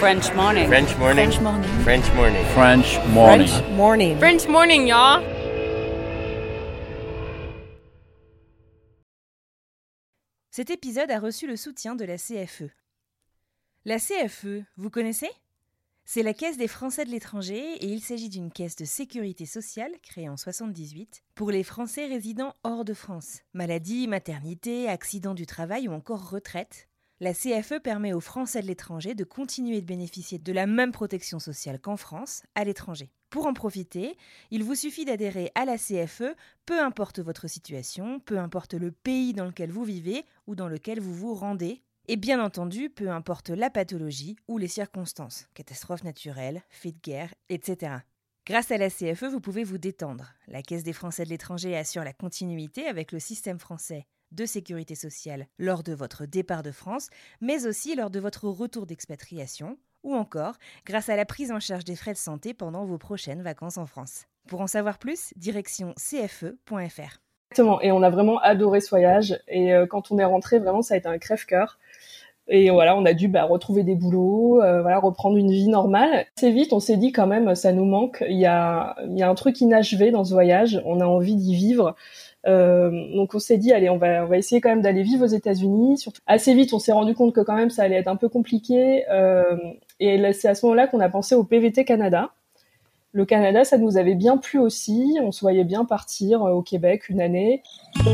French morning. French morning. French morning. French morning. French morning. French morning. French morning, y'all. Cet épisode a reçu le soutien de la CFE. La CFE, vous connaissez ? C'est la Caisse des Français de l'étranger et il s'agit d'une caisse de sécurité sociale créée en 1978 pour les Français résidant hors de France. Maladie, maternité, accident du travail ou encore retraite. La CFE permet aux Français de l'étranger de continuer de bénéficier de la même protection sociale qu'en France, à l'étranger. Pour en profiter, il vous suffit d'adhérer à la CFE, peu importe votre situation, peu importe le pays dans lequel vous vivez ou dans lequel vous vous rendez, et bien entendu, peu importe la pathologie ou les circonstances, catastrophes naturelles, faits de guerre, etc. Grâce à la CFE, vous pouvez vous détendre. La Caisse des Français de l'étranger assure la continuité avec le système français de sécurité sociale lors de votre départ de France, mais aussi lors de votre retour d'expatriation, ou encore grâce à la prise en charge des frais de santé pendant vos prochaines vacances en France. Pour en savoir plus, direction cfe.fr. Exactement, et on a vraiment adoré ce voyage, et quand on est rentré, vraiment ça a été un crève-cœur. Et voilà, on a dû retrouver des boulots, reprendre une vie normale. Assez vite, on s'est dit quand même, ça nous manque, il y a un truc inachevé dans ce voyage, on a envie d'y vivre. Donc on s'est dit allez on va essayer quand même d'aller vivre aux États-Unis. Surtout assez vite on s'est rendu compte que quand même ça allait être un peu compliqué et là, c'est à ce moment-là qu'on a pensé au PVT Canada. Le Canada ça nous avait bien plu aussi, on se voyait bien partir au Québec une année.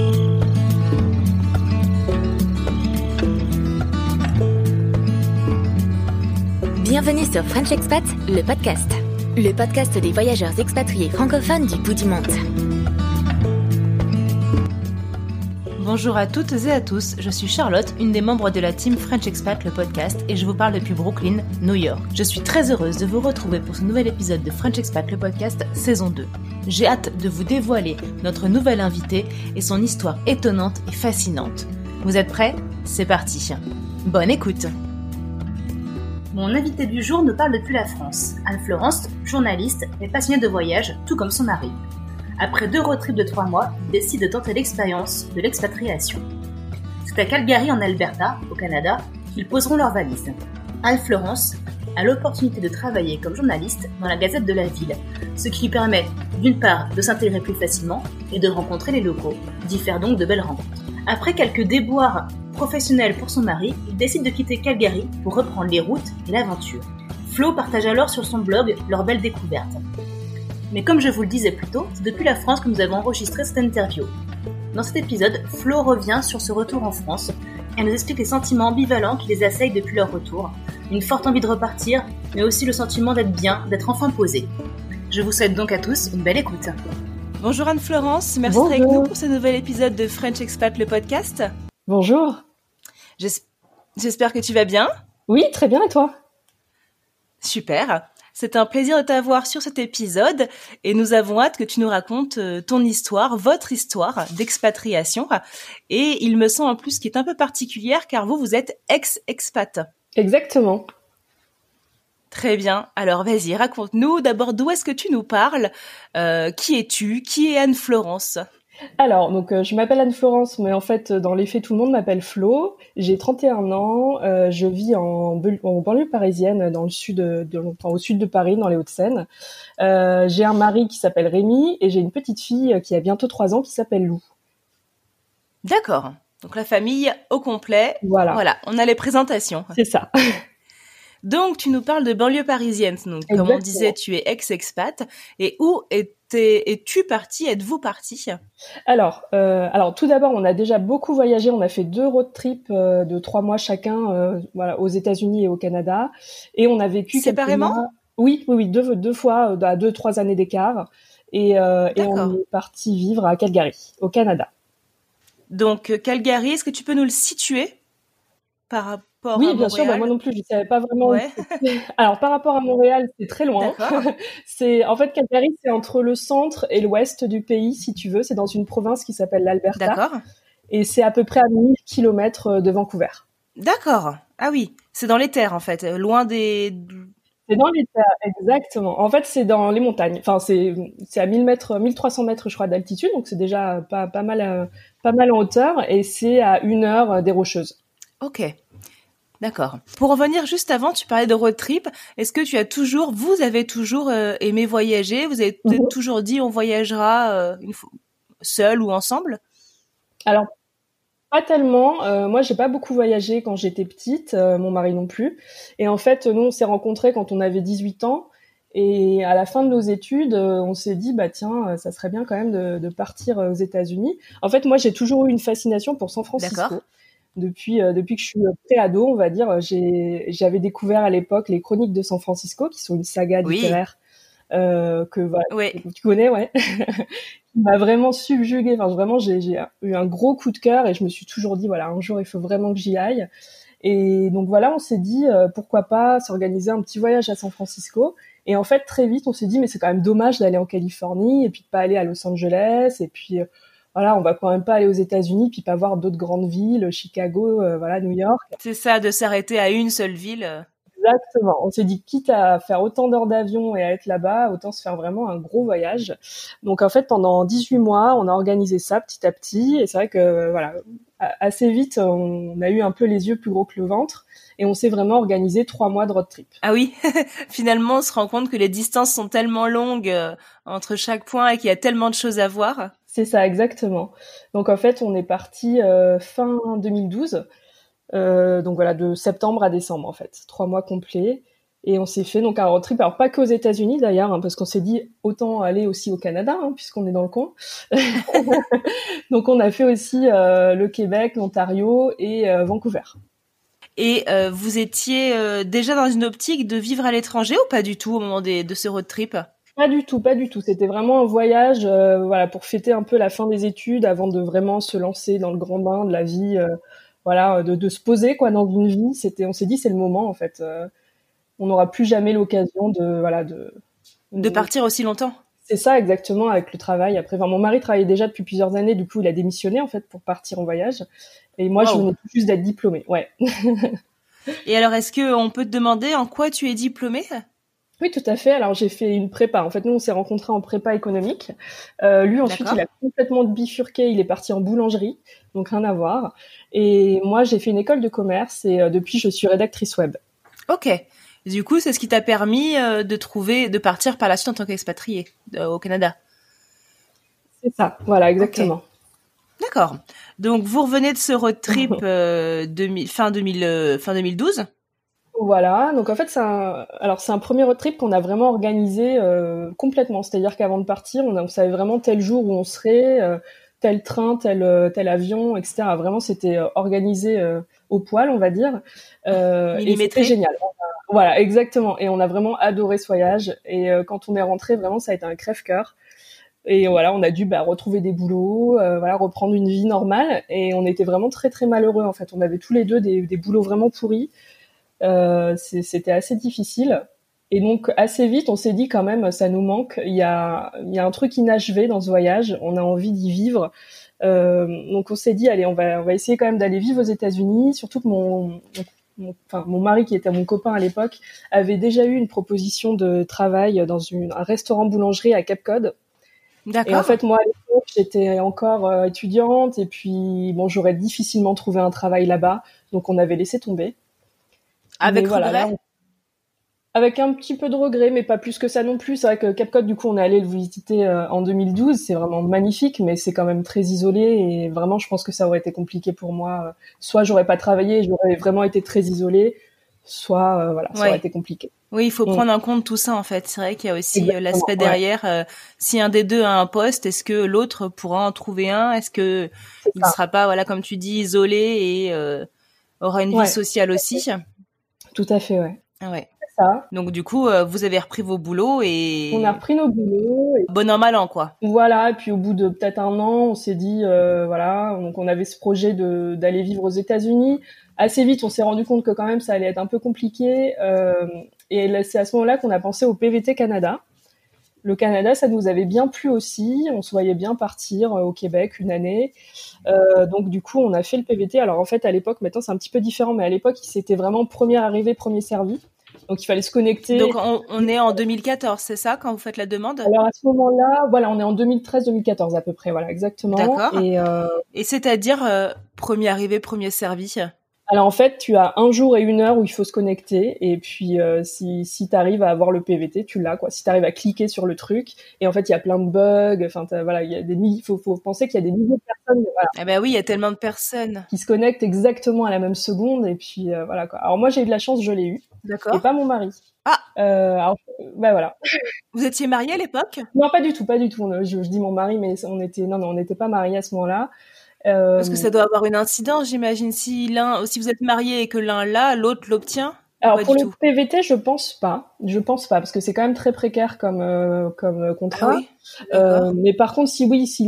Bienvenue sur French Expat, le podcast. Le podcast des voyageurs expatriés francophones du bout du monde. Bonjour à toutes et à tous, je suis Charlotte, une des membres de la team French Expat, le podcast, et je vous parle depuis Brooklyn, New York. Je suis très heureuse de vous retrouver pour ce nouvel épisode de French Expat, le podcast, saison 2. J'ai hâte de vous dévoiler notre nouvelle invitée et son histoire étonnante et fascinante. Vous êtes prêts ? C'est parti. Bonne écoute. Mon invité du jour nous parle depuis la France. Anne-Florence, journaliste, est passionnée de voyage, tout comme son mari. Après 2 road trips de 3 mois, ils décident de tenter l'expérience de l'expatriation. C'est à Calgary en Alberta, au Canada, qu'ils poseront leurs valises. Anne-Florence a l'opportunité de travailler comme journaliste dans la Gazette de la ville, ce qui lui permet d'une part de s'intégrer plus facilement et de rencontrer les locaux, d'y faire donc de belles rencontres. Après quelques déboires professionnels pour son mari, il décide de quitter Calgary pour reprendre les routes et l'aventure. Flo partage alors sur son blog leurs belles découvertes. Mais comme je vous le disais plus tôt, c'est depuis la France que nous avons enregistré cette interview. Dans cet épisode, Flo revient sur ce retour en France et nous explique les sentiments ambivalents qui les assaillent depuis leur retour, une forte envie de repartir, mais aussi le sentiment d'être bien, d'être enfin posé. Je vous souhaite donc à tous une belle écoute. Bonjour Anne-Florence, merci d'être avec nous pour ce nouvel épisode de French Expat, le podcast. Bonjour. J'espère que tu vas bien. Oui, très bien, et toi ? Super. C'est un plaisir de t'avoir sur cet épisode et nous avons hâte que tu nous racontes ton histoire, votre histoire d'expatriation. Et il me semble en plus qu'il est un peu particulière car vous êtes ex-expat. Exactement. Très bien. Alors vas-y, raconte-nous d'abord d'où est-ce que tu nous parles, qui es-tu, qui est Anne-Florence ? Alors, donc je m'appelle Anne-Florence, mais en fait, dans les faits, tout le monde m'appelle Flo. J'ai 31 ans, je vis en banlieue parisienne, dans le sud, au sud de Paris, dans les Hauts-de-Seine. J'ai un mari qui s'appelle Rémi et j'ai une petite fille qui a bientôt 3 ans qui s'appelle Lou. D'accord. Donc la famille au complet. Voilà, on a les présentations. C'est ça. Donc, tu nous parles de banlieue parisienne. Donc, Exactement. Comme on disait, tu es ex-expat. Et où es-tu parti ? Êtes-vous parti ? Alors, tout d'abord, on a déjà beaucoup voyagé. On a fait 2 road trips de 3 mois chacun, aux États-Unis et au Canada. Et on a vécu séparément ? Oui, deux fois, à 2-3 années d'écart. Et on est parti vivre à Calgary, au Canada. Donc, Calgary, est-ce que tu peux nous le situer par rapport à Oui, Montréal ? bien sûr. Moi non plus, je savais pas vraiment. Ouais. Alors, par rapport à Montréal, c'est très loin. D'accord. En fait, Calgary, c'est entre le centre et l'ouest du pays, si tu veux. C'est dans une province qui s'appelle l'Alberta. D'accord. Et c'est à peu près à 1000 km de Vancouver. D'accord. Ah oui, c'est dans les terres, en fait, loin des... C'est dans les terres, exactement. En fait, c'est dans les montagnes. Enfin, c'est à 1000 mètres, 1300 mètres, je crois, d'altitude. Donc, c'est déjà pas mal en hauteur. Et c'est à 1 heure des Rocheuses. Ok. D'accord. Pour revenir juste avant, tu parlais de road trip. Est-ce que vous avez toujours aimé voyager? Vous avez peut-être toujours dit on voyagera seul ou ensemble? Alors, pas tellement. Moi, j'ai pas beaucoup voyagé quand j'étais petite, mon mari non plus. Et en fait, nous, on s'est rencontrés quand on avait 18 ans. Et à la fin de nos études, on s'est dit, bah tiens, ça serait bien quand même de partir aux États-Unis. En fait, moi, j'ai toujours eu une fascination pour San Francisco. D'accord. Depuis que je suis pré-ado, on va dire, j'avais découvert à l'époque les Chroniques de San Francisco, qui sont une saga littéraire que tu connais, ouais. Qui m'a vraiment subjuguée. Enfin, vraiment, j'ai eu un gros coup de cœur et je me suis toujours dit, voilà, un jour, il faut vraiment que j'y aille. Et donc voilà, on s'est dit, pourquoi pas s'organiser un petit voyage à San Francisco. Et en fait, très vite, on s'est dit, mais c'est quand même dommage d'aller en Californie et puis de pas aller à Los Angeles. Et puis, voilà, on va quand même pas aller aux États-Unis puis pas voir d'autres grandes villes, Chicago, voilà, New York. C'est ça, de s'arrêter à une seule ville. Exactement. On s'est dit, quitte à faire autant d'heures d'avion et à être là-bas, autant se faire vraiment un gros voyage. Donc, en fait, pendant 18 mois, on a organisé ça petit à petit. Et c'est vrai que, voilà, assez vite, on a eu un peu les yeux plus gros que le ventre. Et on s'est vraiment organisé 3 mois de road trip. Ah oui, finalement, on se rend compte que les distances sont tellement longues entre chaque point et qu'il y a tellement de choses à voir. C'est ça, exactement. Donc, en fait, on est parti fin 2012. Donc voilà, de septembre à décembre en fait, 3 mois complets, et on s'est fait donc un road trip, alors pas qu'aux États-Unis d'ailleurs, hein, parce qu'on s'est dit autant aller aussi au Canada, hein, puisqu'on est dans le coin. Donc on a fait aussi le Québec, l'Ontario et Vancouver. Et vous étiez déjà dans une optique de vivre à l'étranger ou pas du tout au moment de ce road trip? Pas du tout. C'était vraiment un voyage, voilà, pour fêter un peu la fin des études, avant de vraiment se lancer dans le grand bain de la vie. Voilà, de se poser quoi dans une vie. On s'est dit c'est le moment en fait. On n'aura plus jamais l'occasion de partir aussi longtemps. C'est ça exactement, avec le travail. Après, enfin, mon mari travaillait déjà depuis plusieurs années, du coup il a démissionné en fait pour partir en voyage. Et moi je venais tout juste d'être diplômée. Ouais. Et alors est-ce que on peut te demander en quoi tu es diplômée? Oui, tout à fait. Alors, j'ai fait une prépa. En fait, nous, on s'est rencontrés en prépa économique. Lui, ensuite, il a complètement bifurqué. Il est parti en boulangerie, donc rien à voir. Et moi, j'ai fait une école de commerce et depuis, je suis rédactrice web. Ok. Du coup, c'est ce qui t'a permis de partir par la suite en tant qu'expatriée au Canada. C'est ça. Voilà, exactement. Okay. D'accord. Donc, vous revenez de ce road trip fin 2012. Voilà, donc en fait c'est un premier road trip qu'on a vraiment organisé complètement, c'est-à-dire qu'avant de partir, on savait vraiment tel jour où on serait, tel train, tel avion, etc. Vraiment c'était organisé au poil, on va dire. Et c'était génial. Voilà, exactement. Et on a vraiment adoré ce voyage. Et quand on est rentré, vraiment ça a été un crève-cœur. Et voilà, on a dû retrouver des boulots, reprendre une vie normale. Et on était vraiment très très malheureux en fait. On avait tous les deux des boulots vraiment pourris. C'était assez difficile, et donc assez vite on s'est dit quand même ça nous manque, il y a un truc inachevé dans ce voyage, on a envie d'y vivre, donc on s'est dit allez on va essayer quand même d'aller vivre aux États-Unis, surtout que mon mari qui était mon copain à l'époque avait déjà eu une proposition de travail dans un restaurant boulangerie à Cape Cod. D'accord. Et en fait moi à l'époque j'étais encore étudiante et puis bon j'aurais difficilement trouvé un travail là-bas, donc on avait laissé tomber. Avec regret avec un petit peu de regret, mais pas plus que ça non plus. C'est vrai que Cape Cod, du coup, on est allé le visiter en 2012. C'est vraiment magnifique, mais c'est quand même très isolé. Et vraiment, je pense que ça aurait été compliqué pour moi. Soit j'aurais pas travaillé, j'aurais vraiment été très isolée, soit ça aurait été compliqué. Oui, il faut prendre en compte tout ça, en fait. C'est vrai qu'il y a aussi l'aspect derrière. Si un des deux a un poste, est-ce que l'autre pourra en trouver un? Est-ce que il ne sera pas, comme tu dis, isolé et aura une vie sociale aussi? Tout à fait, ouais. Ouais. C'est ça. Donc du coup, vous avez repris vos boulots et... On a repris nos boulots. Et... Bon an, mal an, quoi. Voilà, et puis au bout de peut-être un an, on s'est dit, donc on avait ce projet d'aller vivre aux États-Unis. Assez vite, on s'est rendu compte que quand même ça allait être un peu compliqué. Et là, c'est à ce moment-là qu'on a pensé au PVT Canada. Le Canada, ça nous avait bien plu aussi. On se voyait bien partir au Québec une année. Donc du coup, on a fait le PVT. Alors en fait, à l'époque, maintenant c'est un petit peu différent, mais à l'époque, c'était vraiment première arrivée, premier servi. Donc il fallait se connecter. Donc on est en 2014, c'est ça, quand vous faites la demande? Alors à ce moment-là, voilà, on est en 2013-2014 à peu près, voilà, exactement. D'accord. Et c'est-à-dire premier arrivé, premier servi? Alors en fait, tu as 1 jour et 1 heure où il faut se connecter et puis si tu arrives à avoir le PVT, tu l'as quoi. Si tu arrives à cliquer sur le truc et en fait, il y a plein de bugs, enfin voilà, il y a faut penser qu'il y a des milliers de personnes voilà, Ah bah oui, il y a tellement de personnes. qui se connectent exactement à la même seconde et puis voilà quoi. Alors moi, j'ai eu de la chance, je l'ai eu et D'accord. pas mon mari. Ah. Alors bah voilà. Vous étiez mariés à l'époque ? Non, pas du tout. Je dis mon mari mais on n'était pas mariés à ce moment-là. Parce que ça doit avoir une incidence, j'imagine. Si vous êtes mariés et que l'un l'a, l'autre l'obtient. Alors pour le PVT, je pense pas, parce que c'est quand même très précaire comme contrat. Ah oui. Mais par contre, si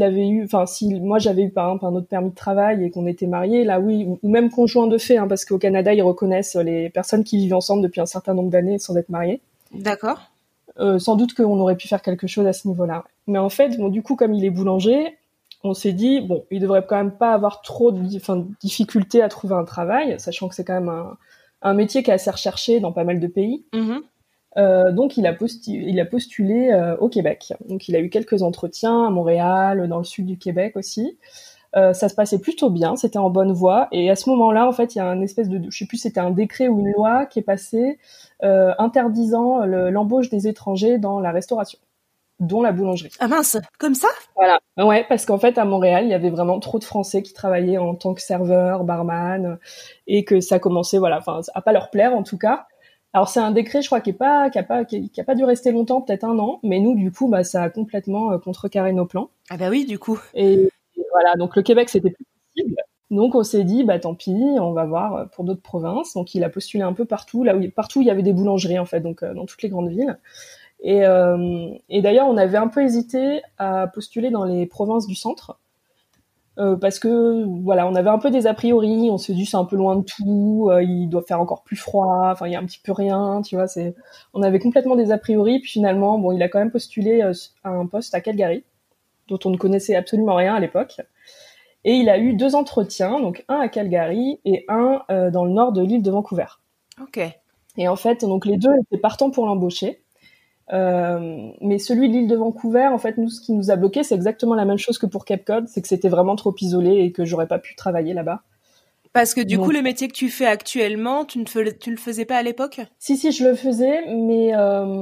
moi j'avais eu par exemple un autre permis de travail et qu'on était mariés, là oui, ou même conjoint de fait, hein, parce qu'au Canada ils reconnaissent les personnes qui vivent ensemble depuis un certain nombre d'années sans être mariés. D'accord. Sans doute qu'on aurait pu faire quelque chose à ce niveau-là. Mais en fait, bon, du coup, comme il est boulanger, on s'est dit bon, il devrait quand même pas avoir trop de difficultés à trouver un travail, sachant que c'est quand même un métier qui est assez recherché dans pas mal de pays. Donc il a postulé au Québec. Donc il a eu quelques entretiens à Montréal, dans le sud du Québec aussi. Ça se passait plutôt bien, c'était en bonne voie. Et à ce moment-là, en fait, il y a un espèce de, je sais plus, c'était un décret ou une loi qui est passée interdisant l'embauche des étrangers dans la restauration, dont la boulangerie. Ah mince, comme ça ? Voilà. Ouais, parce qu'en fait, à Montréal, il y avait vraiment trop de Français qui travaillaient en tant que serveur, barman, et que ça commençait, à pas leur plaire en tout cas. Alors c'est un décret, je crois, qui a pas dû rester longtemps, peut-être 1 an, mais nous, du coup, ça a complètement contrecarré nos plans. Ah bah oui, du coup. Et voilà, donc le Québec, c'était plus possible. Donc on s'est dit, tant pis, on va voir pour d'autres provinces. Donc il a postulé un peu partout, partout où il y avait des boulangeries en fait, donc dans toutes les grandes villes. Et d'ailleurs, on avait un peu hésité à postuler dans les provinces du centre. Parce que voilà, on avait un peu des a priori, on s'est dit c'est un peu loin de tout, il doit faire encore plus froid, enfin il y a un petit peu rien, tu vois, on avait complètement des a priori, puis finalement bon, il a quand même postulé à un poste à Calgary, dont on ne connaissait absolument rien à l'époque. Et il a eu 2 entretiens, donc un à Calgary et un dans le nord de l'île de Vancouver. OK. Et en fait, donc les 2 étaient partants pour l'embaucher. Mais celui de l'île de Vancouver, en fait, ce qui nous a bloqué, c'est exactement la même chose que pour Cape Cod, c'est que c'était vraiment trop isolé et que j'aurais pas pu travailler là-bas. Parce que du coup, le métier que tu fais actuellement, tu le faisais pas à l'époque ? Si, je le faisais, mais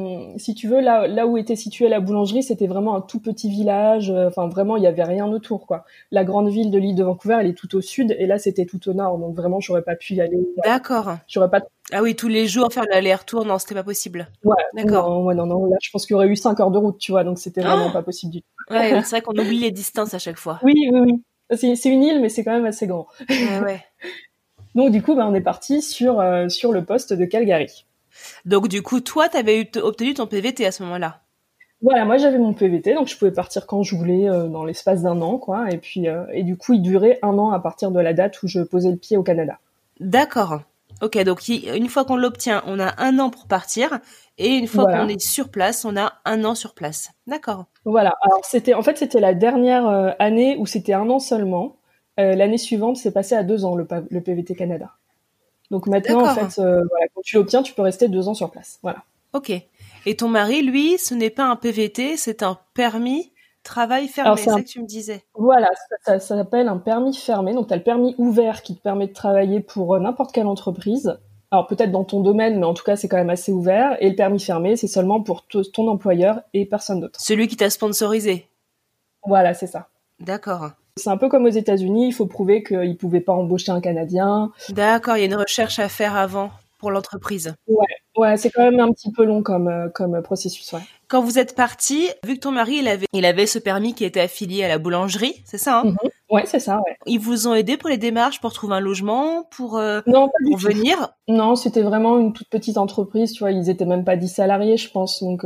si tu veux, là où était située la boulangerie, c'était vraiment un tout petit village. Enfin, vraiment, il y avait rien autour, quoi. La grande ville de l'île de Vancouver, elle est tout au sud, et là, c'était tout au nord. Donc vraiment, j'aurais pas pu y aller. D'accord. J'aurais pas. Ah oui, tous les jours faire l'aller-retour, non, c'était pas possible. Ouais. D'accord. Non. Là, je pense qu'il y aurait eu 5 heures de route, tu vois. Donc c'était vraiment pas possible du tout. Ouais, c'est vrai qu'on oublie les distances à chaque fois. Oui. C'est une île, mais c'est quand même assez grand. Ouais. Donc du coup, on est parti sur le poste de Calgary. Donc du coup, toi, t'avais obtenu ton PVT à ce moment-là. Voilà, moi j'avais mon PVT, donc je pouvais partir quand je voulais dans l'espace d'1 an, quoi. Et puis et du coup, il durait 1 an à partir de la date où je posais le pied au Canada. D'accord. Ok, donc une fois qu'on l'obtient, on a 1 an pour partir, et une fois qu'on est sur place, on a 1 an sur place. D'accord. Voilà. Alors c'était la dernière année où c'était 1 an seulement. L'année suivante, c'est passé à 2 ans le PVT Canada. Donc maintenant, en fait, quand tu l'obtiens, tu peux rester 2 ans sur place. Voilà. Ok. Et ton mari, lui, ce n'est pas un PVT, c'est un permis travail fermé, c'est ça que tu me disais. Voilà, ça s'appelle un permis fermé. Donc tu as le permis ouvert qui te permet de travailler pour n'importe quelle entreprise. Alors peut-être dans ton domaine, mais en tout cas, c'est quand même assez ouvert. Et le permis fermé, c'est seulement pour ton employeur et personne d'autre. Celui qui t'a sponsorisé. Voilà, c'est ça. D'accord. C'est un peu comme aux États-Unis, il faut prouver qu'ils ne pouvaient pas embaucher un Canadien. D'accord, il y a une recherche à faire avant pour l'entreprise. Ouais, c'est quand même un petit peu long comme processus, ouais. Quand vous êtes partis, vu que ton mari, il avait ce permis qui était affilié à la boulangerie, c'est ça, hein? Ouais, c'est ça, ouais. Ils vous ont aidé pour les démarches, pour trouver un logement, pour non, pas pour venir? Non, c'était vraiment une toute petite entreprise, tu vois, ils étaient même pas 10 salariés, je pense, donc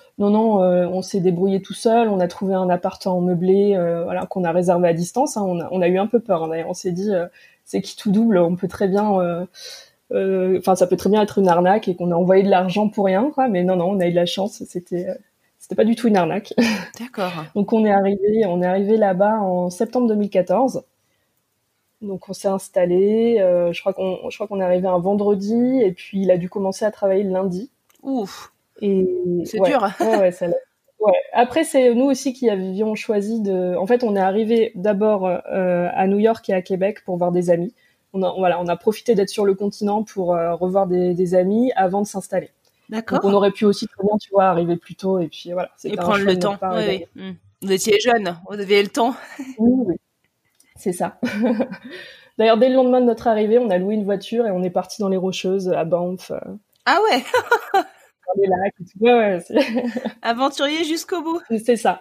on s'est débrouillé tout seul, on a trouvé un appartement meublé, qu'on a réservé à distance, hein. On a eu un peu peur, hein, d'ailleurs, on s'est dit, c'est qui tout double, on peut très bien, ça peut très bien être une arnaque et qu'on a envoyé de l'argent pour rien, quoi, mais non, on a eu de la chance, c'était pas du tout une arnaque. D'accord. Donc on est arrivé là-bas en septembre 2014. Donc on s'est installé, je crois qu'on est arrivé un vendredi et puis il a dû commencer à travailler le lundi. Ouf. Et c'est dur. Ouais. Après c'est nous aussi qui avions choisi en fait, on est arrivé d'abord à New York et à Québec pour voir des amis. on a profité d'être sur le continent pour revoir des amis avant de s'installer. D'accord. Donc on aurait pu aussi très bien, tu vois, arriver plus tôt et puis voilà. Et prendre le temps. Oui. Vous étiez jeune, vous aviez le temps. Oui, c'est ça. D'ailleurs, dès le lendemain de notre arrivée, on a loué une voiture et on est parti dans les Rocheuses, à Banff. Ah ouais. Dans les lacs et tout. Ouais, aventurier jusqu'au bout. C'est ça.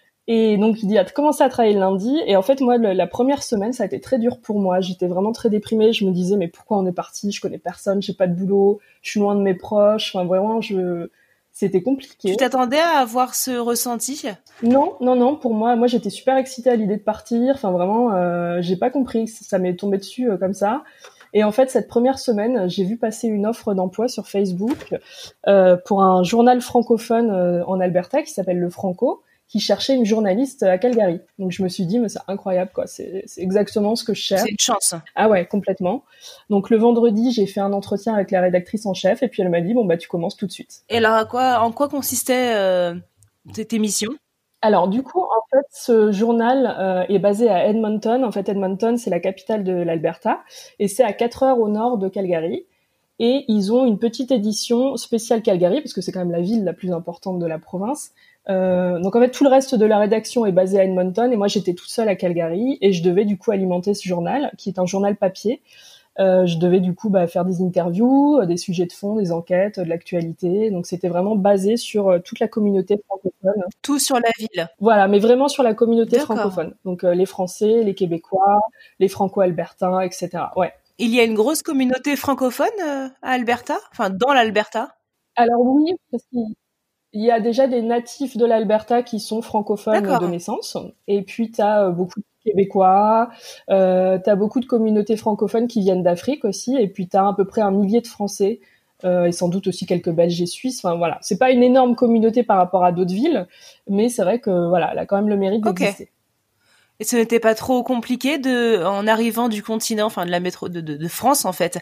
Et donc, il dit, t'as commencé à travailler le lundi. Et en fait, moi, la première semaine, ça a été très dur pour moi. J'étais vraiment très déprimée. Je me disais, mais pourquoi on est parti? Je connais personne, j'ai pas de boulot, je suis loin de mes proches. Enfin, vraiment, c'était compliqué. Tu t'attendais à avoir ce ressenti? Non. Pour moi, j'étais super excitée à l'idée de partir. Enfin, vraiment, j'ai pas compris. Ça m'est tombé dessus comme ça. Et en fait, cette première semaine, j'ai vu passer une offre d'emploi sur Facebook pour un journal francophone en Alberta qui s'appelle Le Franco, qui cherchait une journaliste à Calgary. Donc je me suis dit, mais c'est incroyable, quoi. C'est exactement ce que je cherche. C'est une chance. Ah ouais, complètement. Donc le vendredi, j'ai fait un entretien avec la rédactrice en chef et puis elle m'a dit, bon bah tu commences tout de suite. Et alors en quoi consistait tes missions? Alors du coup, en fait, ce journal est basé à Edmonton. En fait, Edmonton, c'est la capitale de l'Alberta et c'est à 4 heures au nord de Calgary. Et ils ont une petite édition spéciale Calgary, parce que c'est quand même la ville la plus importante de la province. Donc en fait, tout le reste de la rédaction est basé à Edmonton, et moi j'étais toute seule à Calgary, et je devais du coup alimenter ce journal, qui est un journal papier. Je devais du coup faire des interviews, des sujets de fond, des enquêtes, de l'actualité. Donc c'était vraiment basé sur toute la communauté francophone. Tout sur la ville. Voilà, mais vraiment sur la communauté francophone. Donc les Français, les Québécois, les Franco-Albertains, etc. Ouais. Il y a une grosse communauté francophone à Alberta, enfin dans l'Alberta. Alors oui, parce qu'il y a déjà des natifs de l'Alberta qui sont francophones de naissance, et puis t'as beaucoup de Québécois, t'as beaucoup de communautés francophones qui viennent d'Afrique aussi, et puis t'as à peu près 1 millier de Français, et sans doute aussi quelques Belges et Suisses. Enfin voilà, c'est pas une énorme communauté par rapport à d'autres villes, mais c'est vrai que voilà, elle a quand même le mérite d'exister. Et ce n'était pas trop compliqué en arrivant du continent, enfin de la métro de France en fait,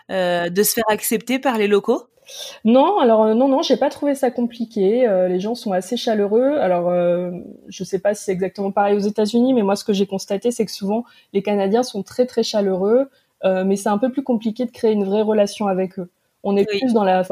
de se faire accepter par les locaux? Non, alors non, j'ai pas trouvé ça compliqué. Les gens sont assez chaleureux. Alors, je sais pas si c'est exactement pareil aux États-Unis, mais moi, ce que j'ai constaté, c'est que souvent, les Canadiens sont très très chaleureux, mais c'est un peu plus compliqué de créer une vraie relation avec eux. On est plus dans la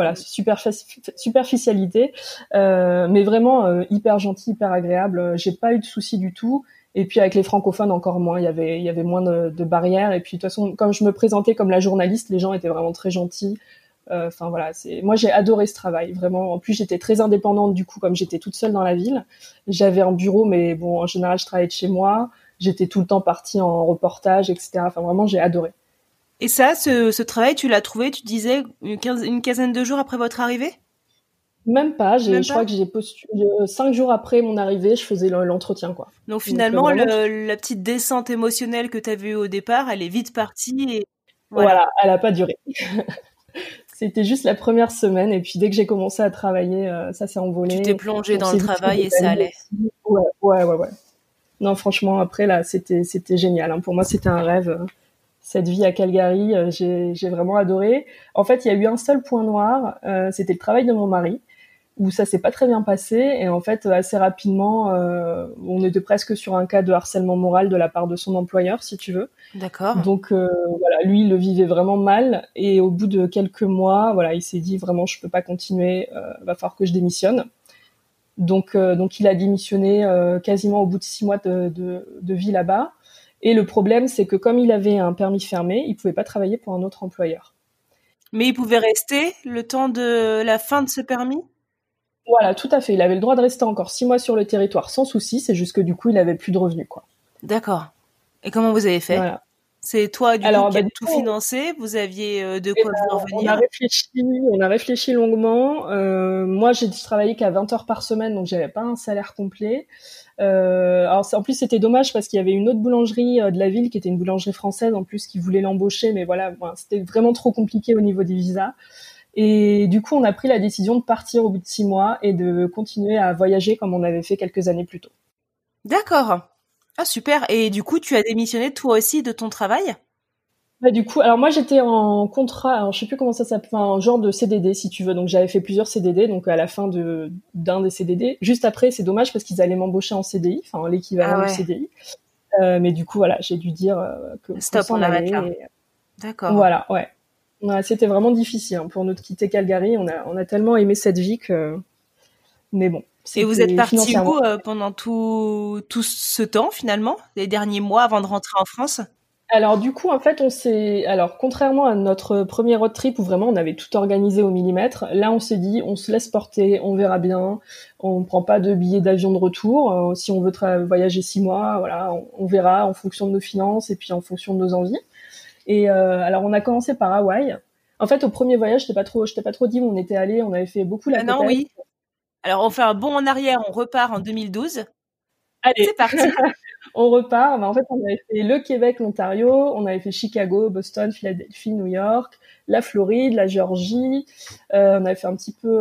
superficialité, mais vraiment hyper gentil, hyper agréable. J'ai pas eu de soucis du tout. Et puis avec les francophones encore moins, il y avait moins de barrières. Et puis de toute façon, comme je me présentais comme la journaliste, les gens étaient vraiment très gentils. Enfin voilà, moi j'ai adoré ce travail, vraiment. En plus j'étais très indépendante du coup, comme j'étais toute seule dans la ville. J'avais un bureau, mais bon, en général je travaillais de chez moi. J'étais tout le temps partie en reportage, etc. Enfin vraiment j'ai adoré. Et ça, ce travail, tu l'as trouvé, tu disais, une quinzaine de jours après votre arrivée? Même pas, je crois que j'ai postulé 5 jours après mon arrivée, je faisais l'entretien, quoi. Donc finalement, la petite descente émotionnelle que tu avais eue au départ, elle est vite partie et voilà, elle a pas duré. C'était juste la première semaine, et puis dès que j'ai commencé à travailler, ça s'est envolé. Tu t'es plongée dans le travail et ça allait. Ouais. Non, franchement, après là, c'était génial. Hein. Pour moi, c'était un rêve. Cette vie à Calgary, j'ai vraiment adoré. En fait, il y a eu un seul point noir, c'était le travail de mon mari, où ça s'est pas très bien passé, et en fait assez rapidement on était presque sur un cas de harcèlement moral de la part de son employeur, si tu veux. D'accord. Donc voilà, lui il le vivait vraiment mal, et au bout de quelques mois, voilà, il s'est dit vraiment je peux pas continuer, va falloir que je démissionne. Donc il a démissionné quasiment au bout de 6 mois de vie là-bas. Et le problème, c'est que comme il avait un permis fermé, il pouvait pas travailler pour un autre employeur. Mais il pouvait rester le temps de la fin de ce permis? Voilà, tout à fait. Il avait le droit de rester encore 6 mois sur le territoire sans souci. C'est juste que du coup, il avait plus de revenus, quoi. D'accord. Et comment vous avez fait? Voilà. C'est toi qui as tout financé? Vous aviez de quoi vous revenir? On a réfléchi longuement. Moi, j'ai travaillé qu'à 20 heures par semaine, donc j'avais pas un salaire complet. Alors en plus, c'était dommage parce qu'il y avait une autre boulangerie de la ville qui était une boulangerie française en plus qui voulait l'embaucher, mais voilà, c'était vraiment trop compliqué au niveau des visas. Et du coup, on a pris la décision de partir au bout de 6 mois et de continuer à voyager comme on avait fait quelques années plus tôt. D'accord. Ah, super. Et du coup, tu as démissionné toi aussi de ton travail? Bah, du coup, alors moi, j'étais en contrat, alors je sais plus comment ça s'appelle, un genre de CDD, si tu veux. Donc, j'avais fait plusieurs CDD, donc à la fin d'un des CDD. Juste après, c'est dommage parce qu'ils allaient m'embaucher en CDI, enfin, l'équivalent du CDI. Mais du coup, voilà, j'ai dû dire que stop, on arrête là. D'accord. Voilà, ouais. Ouais, c'était vraiment difficile hein, pour nous de quitter Calgary. On a tellement aimé cette vie que... Mais bon. Et vous êtes parti financièrement... où pendant tout ce temps, finalement, les derniers mois avant de rentrer en France? Alors du coup, en fait, contrairement à notre premier road trip où vraiment on avait tout organisé au millimètre, là on s'est dit, on se laisse porter, on verra bien, on prend pas de billets d'avion de retour. Si on veut voyager 6 mois, voilà, on verra en fonction de nos finances et puis en fonction de nos envies. Et alors on a commencé par Hawaï. En fait, au premier voyage, je t'ai pas trop dit où on était allé. On avait fait beaucoup la côte non, est. oui. Alors on fait un bond en arrière, on repart en 2012. Allez, c'est parti. On repart. En fait, on avait fait le Québec, l'Ontario, on avait fait Chicago, Boston, Philadelphie, New York, la Floride, la Géorgie. On avait fait un petit peu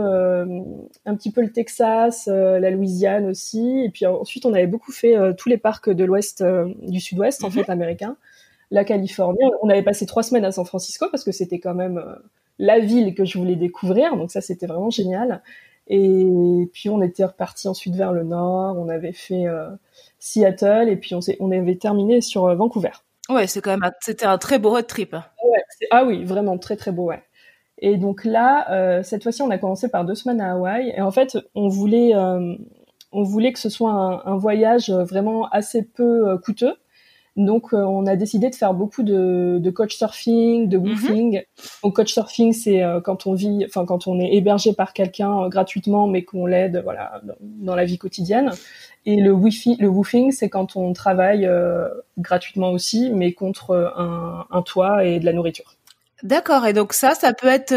le Texas, la Louisiane aussi. Et puis ensuite, on avait beaucoup fait tous les parcs de l'Ouest, du Sud-Ouest en fait américain. La Californie. On avait passé 3 semaines à San Francisco parce que c'était quand même la ville que je voulais découvrir. Donc ça, c'était vraiment génial. Et puis on était reparti ensuite vers le nord. On avait fait Seattle et puis on avait terminé sur Vancouver. Ouais, c'était un très beau road trip. Ouais, ah oui, vraiment très très beau, ouais. Et donc là, cette fois-ci, on a commencé par 2 semaines à Hawaï. Et en fait, on voulait que ce soit un voyage vraiment assez peu coûteux. Donc, on a décidé de faire beaucoup de couchsurfing, de woofing. Donc, couchsurfing, c'est quand on est hébergé par quelqu'un gratuitement, mais qu'on l'aide, voilà, dans la vie quotidienne. Et le woofing, c'est quand on travaille gratuitement aussi, mais contre un toit et de la nourriture. D'accord. Et donc ça peut être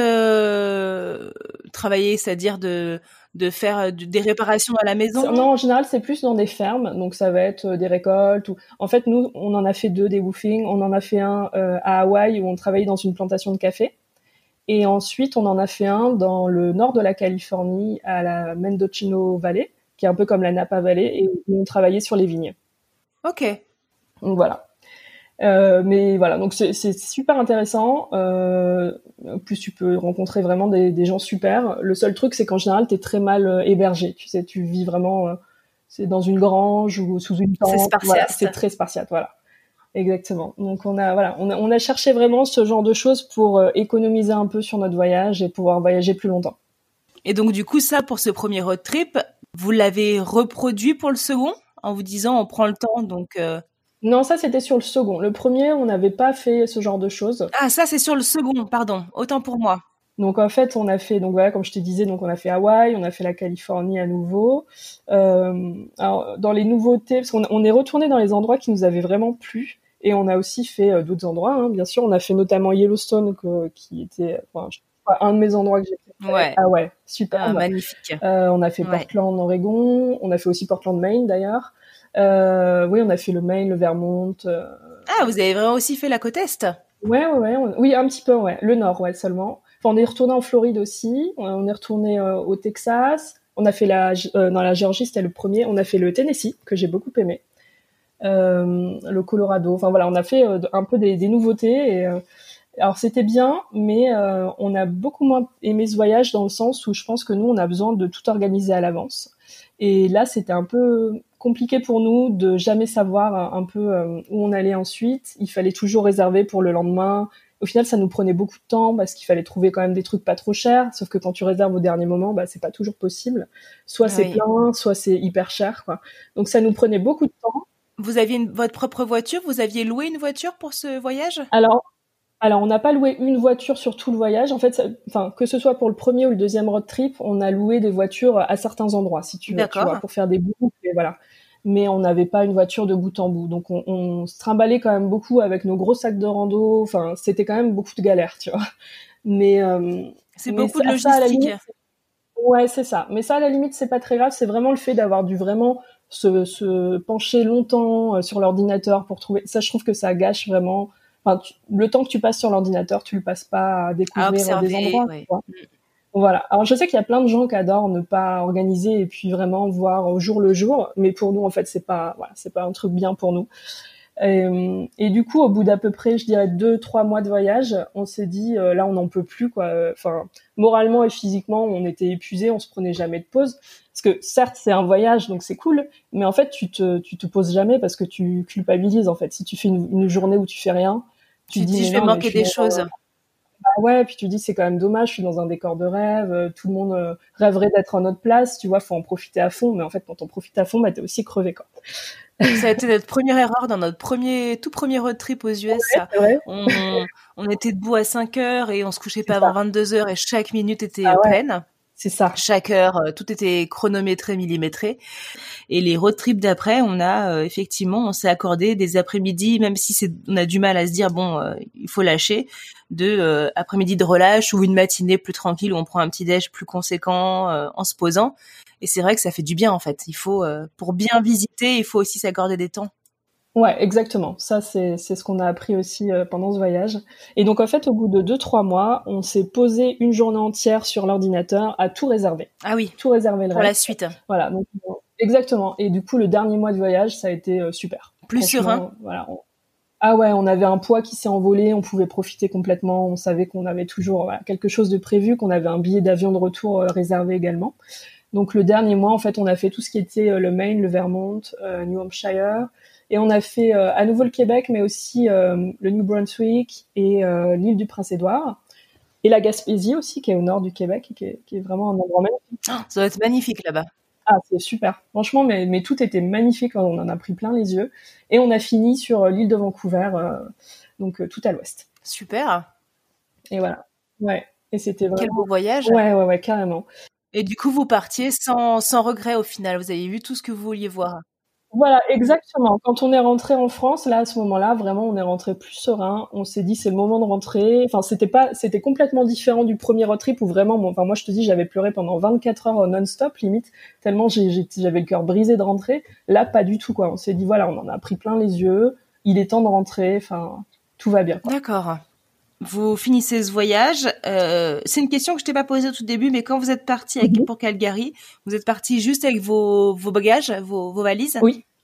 travailler, c'est-à-dire de faire des réparations à la maison? Non, en général, c'est plus dans des fermes. Donc, ça va être des récoltes. En fait, nous, on en a fait 2 des woofing. On en a fait un à Hawaï où on travaillait dans une plantation de café. Et ensuite, on en a fait un dans le nord de la Californie, à la Mendocino Valley, qui est un peu comme la Napa Valley, et où on travaillait sur les vignes. Ok. Donc, voilà. Mais voilà, donc c'est super intéressant. En plus, tu peux rencontrer vraiment des gens super. Le seul truc, c'est qu'en général, t'es très mal hébergé. Tu sais, tu vis vraiment, c'est dans une grange ou sous une tente. C'est spartiate. Voilà, c'est très spartiate, voilà. Exactement. Donc on a cherché vraiment ce genre de choses pour économiser un peu sur notre voyage et pouvoir voyager plus longtemps. Et donc du coup, ça pour ce premier road trip, vous l'avez reproduit pour le second en vous disant on prend le temps donc. Non, ça c'était sur le second. Le premier, on n'avait pas fait ce genre de choses. Ah, ça c'est sur le second, pardon. Autant pour moi. Donc en fait, on a fait, donc voilà, comme je te disais, donc on a fait Hawaï, on a fait la Californie à nouveau. Alors dans les nouveautés, parce qu'on est retourné dans les endroits qui nous avaient vraiment plu, et on a aussi fait d'autres endroits. Hein, bien sûr, on a fait notamment Yellowstone, qui était un de mes endroits que j'ai fait. Ouais. Ah ouais, super. Ah, magnifique. On a fait Portland, Oregon. On a fait aussi Portland, Maine d'ailleurs. Oui, on a fait le Maine, le Vermont. Ah, vous avez vraiment aussi fait la côte est? Ouais. Oui, un petit peu, ouais. Le nord, ouais, seulement. Enfin, on est retourné en Floride aussi. On est retourné au Texas. On a fait dans la Géorgie, c'était le premier. On a fait le Tennessee, que j'ai beaucoup aimé. Le Colorado. Enfin voilà, on a fait un peu des nouveautés. Et, alors c'était bien, mais on a beaucoup moins aimé ce voyage dans le sens où je pense que nous, on a besoin de tout organiser à l'avance. Et là, c'était un peu compliqué pour nous de jamais savoir un peu où on allait ensuite. Il fallait toujours réserver pour le lendemain. Au final, ça nous prenait beaucoup de temps parce qu'il fallait trouver quand même des trucs pas trop chers. Sauf que quand tu réserves au dernier moment, bah, c'est pas toujours possible. Soit c'est plein, soit c'est hyper cher, quoi. Donc ça nous prenait beaucoup de temps. Vous aviez votre propre voiture? Vous aviez loué une voiture pour ce voyage? Alors, on n'a pas loué une voiture sur tout le voyage. En fait, que ce soit pour le premier ou le deuxième road trip, on a loué des voitures à certains endroits, si tu veux, tu vois, pour faire des boucles, et voilà. Mais on n'avait pas une voiture de bout en bout. Donc, on se trimballait quand même beaucoup avec nos gros sacs de rando. Enfin, c'était quand même beaucoup de galères, tu vois. Mais c'est beaucoup de logistique. Ouais, c'est ça. Mais ça, à la limite, c'est pas très grave. C'est vraiment le fait d'avoir dû vraiment se pencher longtemps sur l'ordinateur pour trouver. Ça, je trouve que ça gâche vraiment. Enfin, le temps que tu passes sur l'ordinateur, tu le passes pas à découvrir des endroits. Ouais. Voilà. Alors, je sais qu'il y a plein de gens qui adorent ne pas organiser et puis vraiment voir au jour le jour. Mais pour nous, en fait, c'est pas un truc bien pour nous. Et du coup, au bout d'à peu près, je dirais 2-3 mois de voyage, on s'est dit, là, on n'en peut plus, quoi. Enfin, moralement et physiquement, on était épuisés, on se prenait jamais de pause. Parce que certes, c'est un voyage, donc c'est cool, mais en fait, tu te poses jamais parce que tu culpabilises, en fait. Si tu fais une journée où tu fais rien, Tu te dis, je vais manquer des choses. Bah ouais, puis tu dis c'est quand même dommage, je suis dans un décor de rêve, tout le monde rêverait d'être à notre place, tu vois, faut en profiter à fond, mais en fait quand on profite à fond, bah t'es aussi crevé quoi. Ça a été notre première erreur dans notre tout premier road trip aux US. Ouais, c'est vrai. On était debout à 5h et on se couchait pas avant 22h et chaque minute était pleine. C'est ça. Chaque heure, tout était chronométré, millimétré. Et les road trips d'après, on s'est accordé des après-midi, même si on a du mal à se dire il faut lâcher, après-midi de relâche ou une matinée plus tranquille où on prend un petit déj plus conséquent en se posant. Et c'est vrai que ça fait du bien en fait. Il faut pour bien visiter, il faut aussi s'accorder des temps. Ouais, exactement. Ça, c'est ce qu'on a appris aussi pendant ce voyage. Et donc, en fait, au bout de 2-3 mois, on s'est posé une journée entière sur l'ordinateur à tout réserver. Ah oui. Tout réserver le pour reste. La suite. Voilà. Donc, exactement. Et du coup, le dernier mois de voyage, ça a été super. Plus serein. Voilà. Ah ouais, on avait un poids qui s'est envolé, on pouvait profiter complètement. On savait qu'on avait toujours quelque chose de prévu, qu'on avait un billet d'avion de retour réservé également. Donc, le dernier mois, en fait, on a fait tout ce qui était le Maine, le Vermont, New Hampshire. Et on a fait à nouveau le Québec, mais aussi le New Brunswick et l'île du Prince-Édouard. Et la Gaspésie aussi, qui est au nord du Québec, et qui est vraiment un endroit magnifique. Ça doit être magnifique là-bas. Ah, c'est super. Franchement, mais tout était magnifique. On en a pris plein les yeux. Et on a fini sur l'île de Vancouver, donc tout à l'ouest. Super. Et voilà. Ouais. Et c'était vraiment... Quel beau voyage. Ouais, carrément. Et du coup, vous partiez sans regret au final. Vous avez vu tout ce que vous vouliez voir. Voilà, exactement. Quand on est rentré en France, là, à ce moment-là, vraiment, on est rentré plus serein. On s'est dit, c'est le moment de rentrer. Enfin, c'était complètement différent du premier road trip où vraiment, moi, je te dis, j'avais pleuré pendant 24 heures non-stop, limite, tellement j'avais le cœur brisé de rentrer. Là, pas du tout, quoi. On s'est dit, voilà, on en a pris plein les yeux. Il est temps de rentrer. Enfin, tout va bien, quoi. D'accord. Vous finissez ce voyage. C'est une question que je t'ai pas posée au tout début, mais quand vous êtes parti pour Calgary, vous êtes parti juste avec vos bagages, vos valises?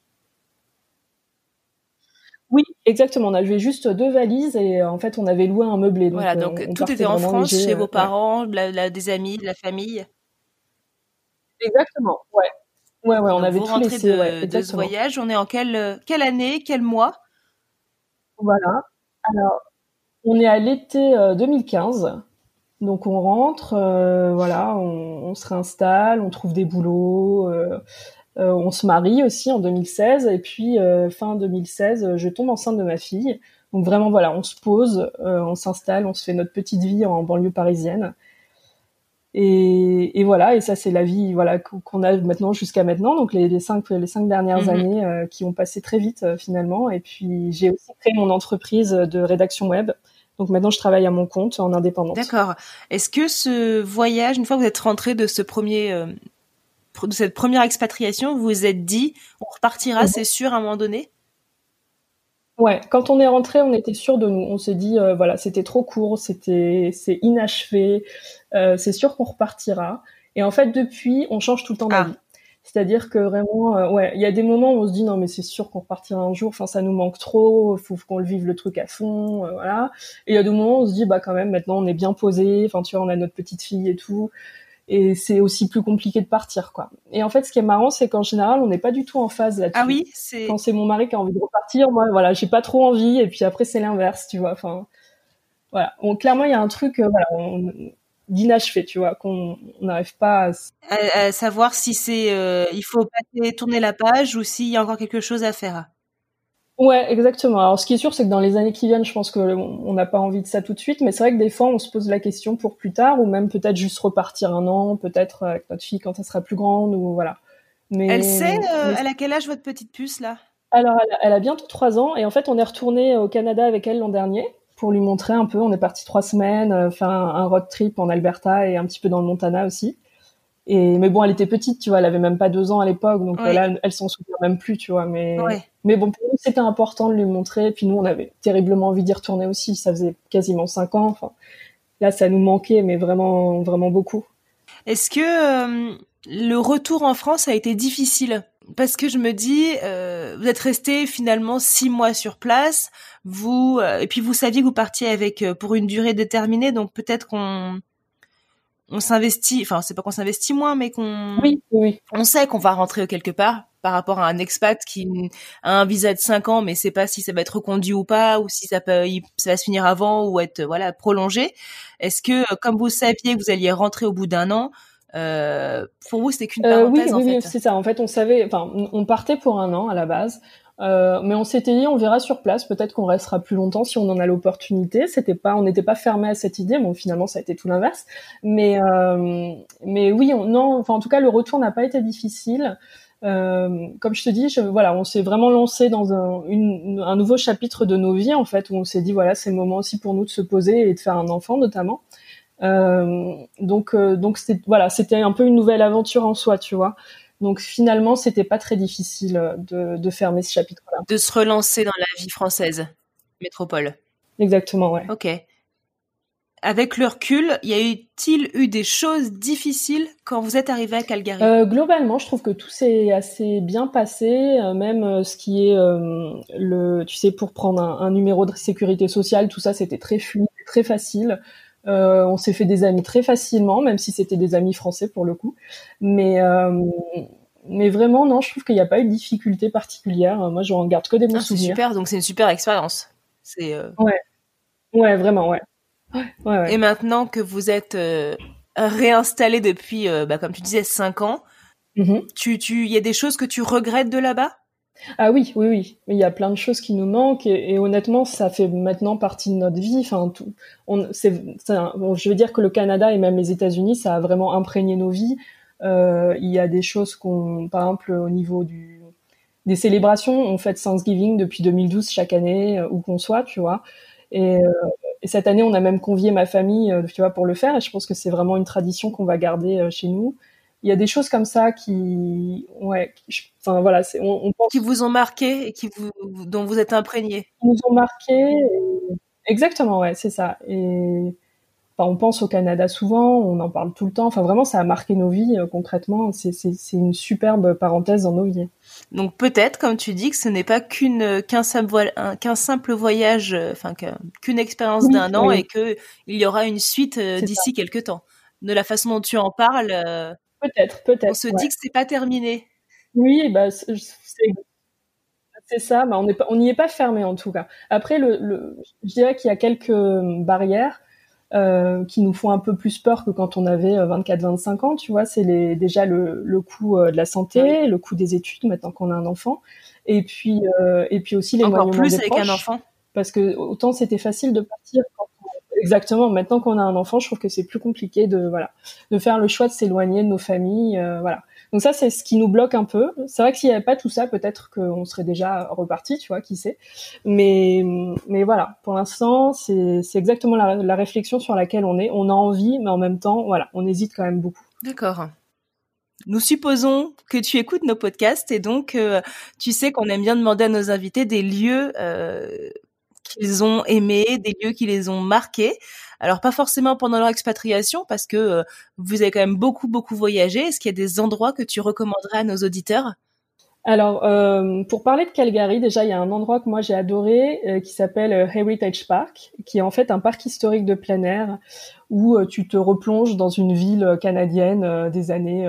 Oui, exactement. On avait juste 2 valises et en fait, on avait loué un meublé. Donc, voilà, donc tout était en France, léger, chez vos parents, des amis, de la famille. Exactement, ouais. Ouais, on avait tout laissé. De ce voyage, on est en quelle année, quel mois? Voilà. Alors, on est à l'été 2015. Donc on rentre, on se réinstalle, on trouve des boulots, on se marie aussi en 2016 et puis fin 2016, je tombe enceinte de ma fille. Donc vraiment voilà, on se pose, on s'installe, on se fait notre petite vie en banlieue parisienne. Et voilà, et ça c'est la vie qu'on a maintenant jusqu'à maintenant, donc les 5 dernières années qui ont passé très vite finalement. Et puis j'ai aussi créé mon entreprise de rédaction web. Donc maintenant, je travaille à mon compte en indépendante. D'accord. Est-ce que ce voyage, une fois que vous êtes rentré de cette première expatriation, vous vous êtes dit, on repartira, c'est sûr, à un moment donné? Ouais, quand on est rentré, on était sûr de nous. On s'est dit, c'était trop court, c'est inachevé, c'est sûr qu'on repartira. Et en fait, depuis, on change tout le temps d'avis. C'est-à-dire que vraiment, il y a des moments où on se dit non mais c'est sûr qu'on repartira un jour. Enfin, ça nous manque trop. Faut qu'on le vive le truc à fond, voilà. Et il y a des moments où on se dit quand même maintenant on est bien posé. Enfin, tu vois, on a notre petite fille et tout. Et c'est aussi plus compliqué de partir, quoi. Et en fait, ce qui est marrant, c'est qu'en général, on n'est pas du tout en phase là-dessus. Ah oui, quand c'est mon mari qui a envie de repartir, moi, j'ai pas trop envie. Et puis après, c'est l'inverse, tu vois. Enfin, voilà. Clairement, il y a un truc, d'inachevé, tu vois, qu'on n'arrive pas à savoir si il faut tourner la page ou s'il y a encore quelque chose à faire. Ouais, exactement. Alors, ce qui est sûr, c'est que dans les années qui viennent, je pense qu'on n'a pas envie de ça tout de suite, mais c'est vrai que des fois, on se pose la question pour plus tard, ou même peut-être juste repartir un an, peut-être avec notre fille quand elle sera plus grande, ou voilà. Mais elle sait, elle a quel âge votre petite puce là? Alors, elle a bientôt 3 ans, et en fait, on est retourné au Canada avec elle l'an dernier pour lui montrer un peu. On est parti 3 semaines, faire un road trip en Alberta et un petit peu dans le Montana aussi. Mais bon, elle était petite, tu vois, elle avait même pas 2 ans à l'époque, donc là, elle s'en souvient même plus, tu vois. Mais bon, pour nous, c'était important de lui montrer. Et puis nous, on avait terriblement envie d'y retourner aussi. Ça faisait quasiment 5 ans. Enfin, là, ça nous manquait, mais vraiment, vraiment beaucoup. Est-ce que le retour en France a été difficile? Parce que je me dis, vous êtes resté finalement 6 mois sur place, et puis vous saviez que vous partiez pour une durée déterminée, donc peut-être qu'on on s'investit, enfin c'est pas qu'on s'investit moins, mais Oui. on sait qu'on va rentrer quelque part par rapport à un expat qui a un visa de 5 ans, mais sait pas si ça va être reconduit ou pas, ou si ça va se finir avant ou être prolongé. Est-ce que comme vous saviez que vous alliez rentrer au bout d'un an, pour vous c'était qu'une parenthèse oui, fait. Oui, c'est ça. En fait, on partait pour un an à la base. Mais on s'était dit, on verra sur place. Peut-être qu'on restera plus longtemps si on en a l'opportunité. On n'était pas fermé à cette idée. Bon, finalement, ça a été tout l'inverse. Mais oui, en tout cas, le retour n'a pas été difficile. Comme je te dis, on s'est vraiment lancé dans un nouveau chapitre de nos vies, en fait, où on s'est dit, voilà, c'est le moment aussi pour nous de se poser et de faire un enfant, notamment. Donc c'était un peu une nouvelle aventure en soi, tu vois. Donc finalement, c'était pas très difficile de fermer ce chapitre-là. De se relancer dans la vie française, métropole. Exactement, ouais. Ok. Avec le recul, y a-t-il eu des choses difficiles quand vous êtes arrivé à Calgary ? Globalement, je trouve que tout s'est assez bien passé, même ce qui est tu sais, pour prendre un numéro de sécurité sociale, tout ça, c'était très fluide, très facile. On s'est fait des amis très facilement, même si c'était des amis français pour le coup. Mais vraiment, non, je trouve qu'il n'y a pas eu de difficulté particulière. Moi, je n'en garde que des bons souvenirs. C'est super, donc c'est une super expérience. Ouais, vraiment, ouais. Ouais. Et maintenant que vous êtes réinstallé depuis, comme tu disais, 5 ans, il y a des choses que tu regrettes de là-bas ? Ah oui. Il y a plein de choses qui nous manquent et honnêtement, ça fait maintenant partie de notre vie. Enfin, je veux dire que le Canada et même les États-Unis, ça a vraiment imprégné nos vies. Il y a des choses par exemple, au niveau des célébrations, on fête Thanksgiving depuis 2012 chaque année, où qu'on soit, tu vois. Et cette année, on a même convié ma famille, tu vois, pour le faire. Et je pense que c'est vraiment une tradition qu'on va garder chez nous. Il y a des choses comme ça on pense qui vous ont marqué et dont vous êtes imprégné. Qui nous ont marqué. Exactement, ouais, c'est ça. Et on pense au Canada souvent, on en parle tout le temps. Enfin, vraiment, ça a marqué nos vies concrètement. C'est une superbe parenthèse dans nos vies. Donc peut-être, comme tu dis, que ce n'est pas qu'un simple voyage, qu'une expérience d'un an et que il y aura une suite d'ici quelques temps. De la façon dont tu en parles. Peut-être. On se dit que c'est pas terminé. Oui, c'est ça. On n'y est pas fermé en tout cas. Après, je dirais qu'il y a quelques barrières qui nous font un peu plus peur que quand on avait 24-25 ans. Tu vois, c'est déjà le coût de la santé, le coût des études maintenant qu'on a un enfant, et puis aussi l'éloignement des proches. Encore plus avec un enfant. Parce que autant c'était facile de partir. Exactement. Maintenant qu'on a un enfant, je trouve que c'est plus compliqué de faire le choix de s'éloigner de nos familles, voilà. Donc ça, c'est ce qui nous bloque un peu. C'est vrai que s'il n'y avait pas tout ça, peut-être qu'on serait déjà reparti, tu vois, qui sait. Mais voilà, pour l'instant, c'est exactement la réflexion sur laquelle on est. On a envie, mais en même temps, voilà, on hésite quand même beaucoup. D'accord. Nous supposons que tu écoutes nos podcasts et donc tu sais qu'on aime bien demander à nos invités des lieux qu'ils ont aimés, des lieux qui les ont marqués. Alors pas forcément pendant leur expatriation parce que vous avez quand même beaucoup voyagé. Est-ce qu'il y a des endroits que tu recommanderais à nos auditeurs ? Alors, pour parler de Calgary, déjà, il y a un endroit que moi j'ai adoré qui s'appelle Heritage Park, qui est en fait un parc historique de plein air où tu te replonges dans une ville canadienne des années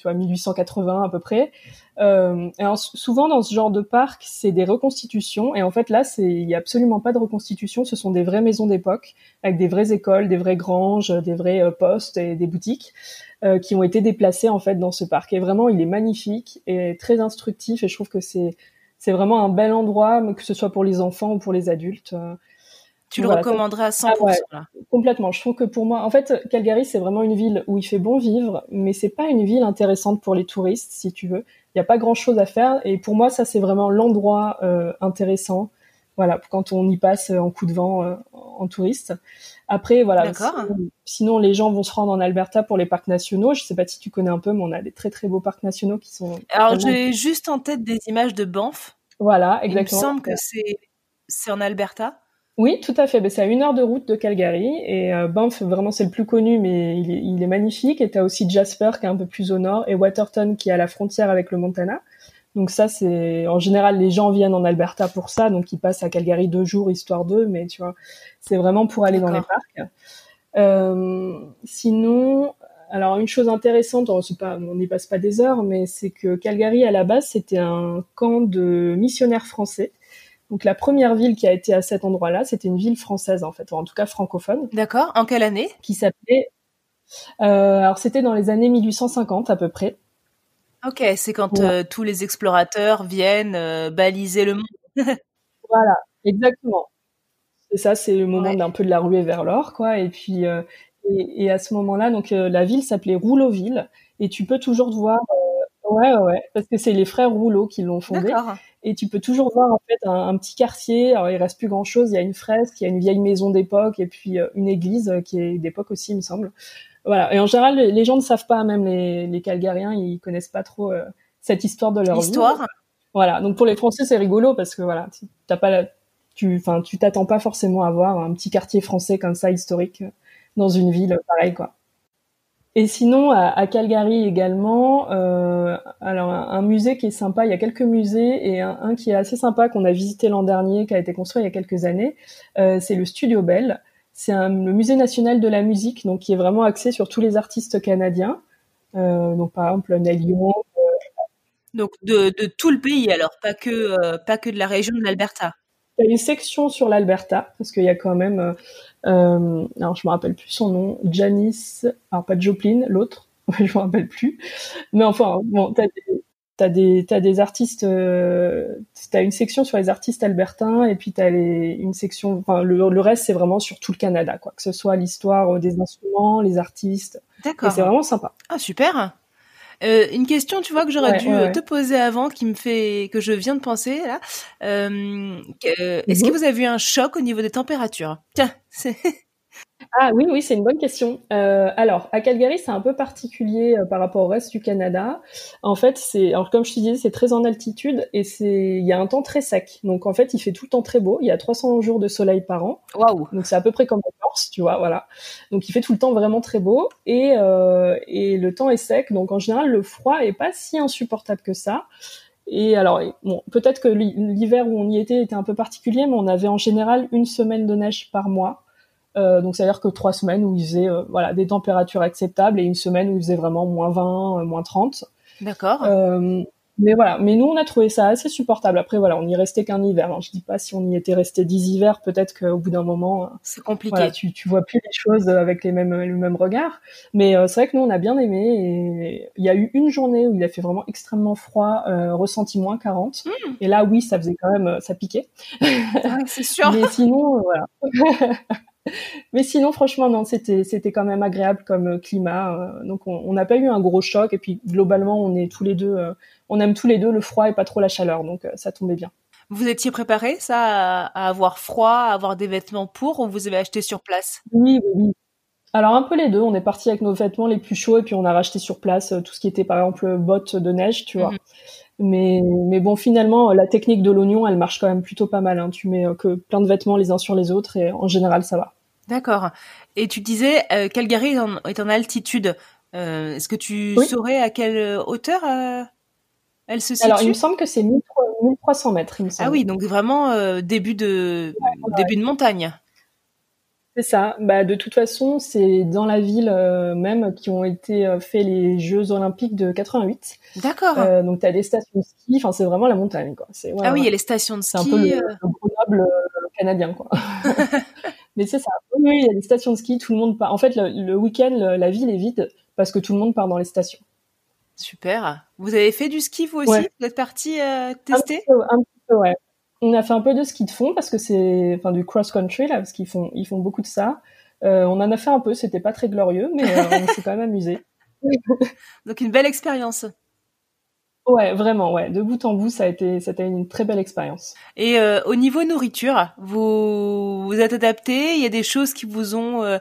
1880 à peu près. Alors, souvent dans ce genre de parc, c'est des reconstitutions et en fait là, il y a absolument pas de reconstitution, ce sont des vraies maisons d'époque avec des vraies écoles, des vraies granges, des vrais postes et des boutiques. Qui ont été déplacés en fait dans ce parc. Et vraiment, il est magnifique et très instructif. Et je trouve que c'est vraiment un bel endroit, que ce soit pour les enfants ou pour les adultes. Tu le recommanderais à 100%. Ouais, là. Complètement. Je trouve que pour moi, en fait, Calgary, c'est vraiment une ville où il fait bon vivre, mais c'est pas une ville intéressante pour les touristes, si tu veux. Il y a pas grand-chose à faire. Et pour moi, ça, c'est vraiment l'endroit intéressant. Voilà, quand on y passe en coup de vent en touriste. Après, voilà. Sinon, les gens vont se rendre en Alberta pour les parcs nationaux. Je sais pas si tu connais un peu, mais on a des très très beaux parcs nationaux qui sont. Alors, j'ai juste en tête des images de Banff. Voilà, exactement. Il me semble que c'est en Alberta. Oui, tout à fait. Ben, c'est à 1 heure de route de Calgary et Banff, vraiment, c'est le plus connu, mais il est magnifique. Et t'as aussi Jasper qui est un peu plus au nord et Waterton qui est à la frontière avec le Montana. Donc ça, en général, les gens viennent en Alberta pour ça, donc ils passent à Calgary 2 jours histoire d'eux, mais tu vois, c'est vraiment pour aller dans les parcs. Sinon, alors une chose intéressante, on n'y passe pas des heures, mais c'est que Calgary à la base c'était un camp de missionnaires français. Donc la première ville qui a été à cet endroit-là, c'était une ville française en fait, ou en tout cas francophone. D'accord. En quelle année? Qui s'appelait. Alors c'était dans les années 1850 à peu près. Ok, c'est quand tous les explorateurs viennent baliser le monde. Voilà, exactement. Et ça, c'est le moment d'un peu de la ruée vers l'or, quoi. Et puis, et à ce moment-là, donc la ville s'appelait Rouleauville, et tu peux toujours voir, ouais, parce que c'est les frères Rouleau qui l'ont fondé. D'accord. Et tu peux toujours voir en fait un petit quartier. Alors il reste plus grand-chose. Il y a une fresque, il y a une vieille maison d'époque, et puis une église qui est d'époque aussi, il me semble. Voilà. Et en général, les gens ne savent pas, même les Calgariens, ils connaissent pas trop cette histoire de leur vie. Voilà. Donc pour les Français, c'est rigolo parce que voilà, t'as pas tu t'attends pas forcément à voir un petit quartier français comme ça historique dans une ville pareille, quoi. Et sinon, à Calgary également, alors un musée qui est sympa, il y a quelques musées, et un qui est assez sympa qu'on a visité l'an dernier, qui a été construit il y a quelques années, c'est le Studio Bell. C'est le musée national de la musique, donc qui est vraiment axé sur tous les artistes canadiens. Donc par exemple Neil Young. Donc de tout le pays alors, pas que de la région de l'Alberta. Il y a une section sur l'Alberta, parce qu'il y a quand même, alors je me rappelle plus son nom, Janis, alors pas Joplin, l'autre, je me rappelle plus, mais enfin bon, t'as des artistes, t'as une section sur les artistes albertains, et puis t'as une section, enfin le reste c'est vraiment sur tout le Canada, quoi, que ce soit l'histoire des instruments, les artistes. D'accord. Et c'est vraiment sympa. Ah super. Une question, tu vois, que j'aurais dû te poser avant, que je viens de penser là. Est-ce que vous avez eu un choc au niveau des températures? Tiens, Ah oui, c'est une bonne question. Alors, à Calgary, c'est un peu particulier par rapport au reste du Canada. En fait, alors comme je te disais, c'est très en altitude, et il y a un temps très sec. Donc en fait, il fait tout le temps très beau. Il y a 300 jours de soleil par an. Waouh. Donc c'est à peu près comme en Corse, tu vois, voilà. Donc il fait tout le temps vraiment très beau, et le temps est sec. Donc en général, le froid est pas si insupportable que ça. Et alors, bon, peut-être que l'hiver où on y était un peu particulier, mais on avait en général une semaine de neige par mois. Donc ça veut dire que 3 semaines où il faisait des températures acceptables, et une semaine où il faisait vraiment moins 20, moins 30. D'accord. Mais voilà, mais nous on a trouvé ça assez supportable. Après voilà, on n'y restait qu'un hiver. Je dis pas si on y était resté 10 hivers, peut-être qu'au bout d'un moment c'est compliqué. Voilà, tu vois plus les choses avec le même regard. Mais c'est vrai que nous on a bien aimé, et il y a eu une journée où il a fait vraiment extrêmement froid, ressenti moins 40. Et là oui, ça faisait quand même, ça piquait. Ouais, c'est sûr. Mais sinon voilà. Mais sinon, franchement, non, c'était quand même agréable comme climat. Donc, on n'a pas eu un gros choc. Et puis, globalement, on aime tous les deux le froid et pas trop la chaleur. Donc, ça tombait bien. Vous étiez préparé, ça, à avoir froid, à avoir des vêtements ou vous avez acheté sur place? Oui. Alors, un peu les deux. On est parti avec nos vêtements les plus chauds, et puis on a racheté sur place tout ce qui était, par exemple, bottes de neige, tu vois. Mais bon, finalement, la technique de l'oignon, elle marche quand même plutôt pas mal. Tu mets que plein de vêtements les uns sur les autres, et en général, ça va. D'accord. Et tu disais, Calgary est en altitude. Est-ce que tu saurais à quelle hauteur elle se situe? Alors, il me semble que c'est 1300 mètres, il me semble. Ah oui, donc vraiment début de montagne. C'est ça. De toute façon, c'est dans la ville même qui ont été faits les Jeux Olympiques de 88. D'accord. Donc, t'as des stations de ski. Enfin, c'est vraiment la montagne, quoi. Il y a les stations de ski. C'est un peu le Grenoble canadien, quoi. Mais c'est ça. Oui, il y a des stations de ski. Tout le monde part. En fait, le week-end, la ville est vide parce que tout le monde part dans les stations. Super. Vous avez fait du ski, vous aussi? Ouais. Vous êtes parti tester? Un petit peu, ouais. On a fait un peu de ski de fond parce que c'est, du cross-country, là, parce qu'ils font beaucoup de ça. On en a fait un peu, c'était pas très glorieux, mais on s'est quand même amusé. Donc une belle expérience. Ouais, vraiment, ouais. De bout en bout, c'était une très belle expérience. Et au niveau nourriture, vous êtes adapté? Il y a des choses qui vous ont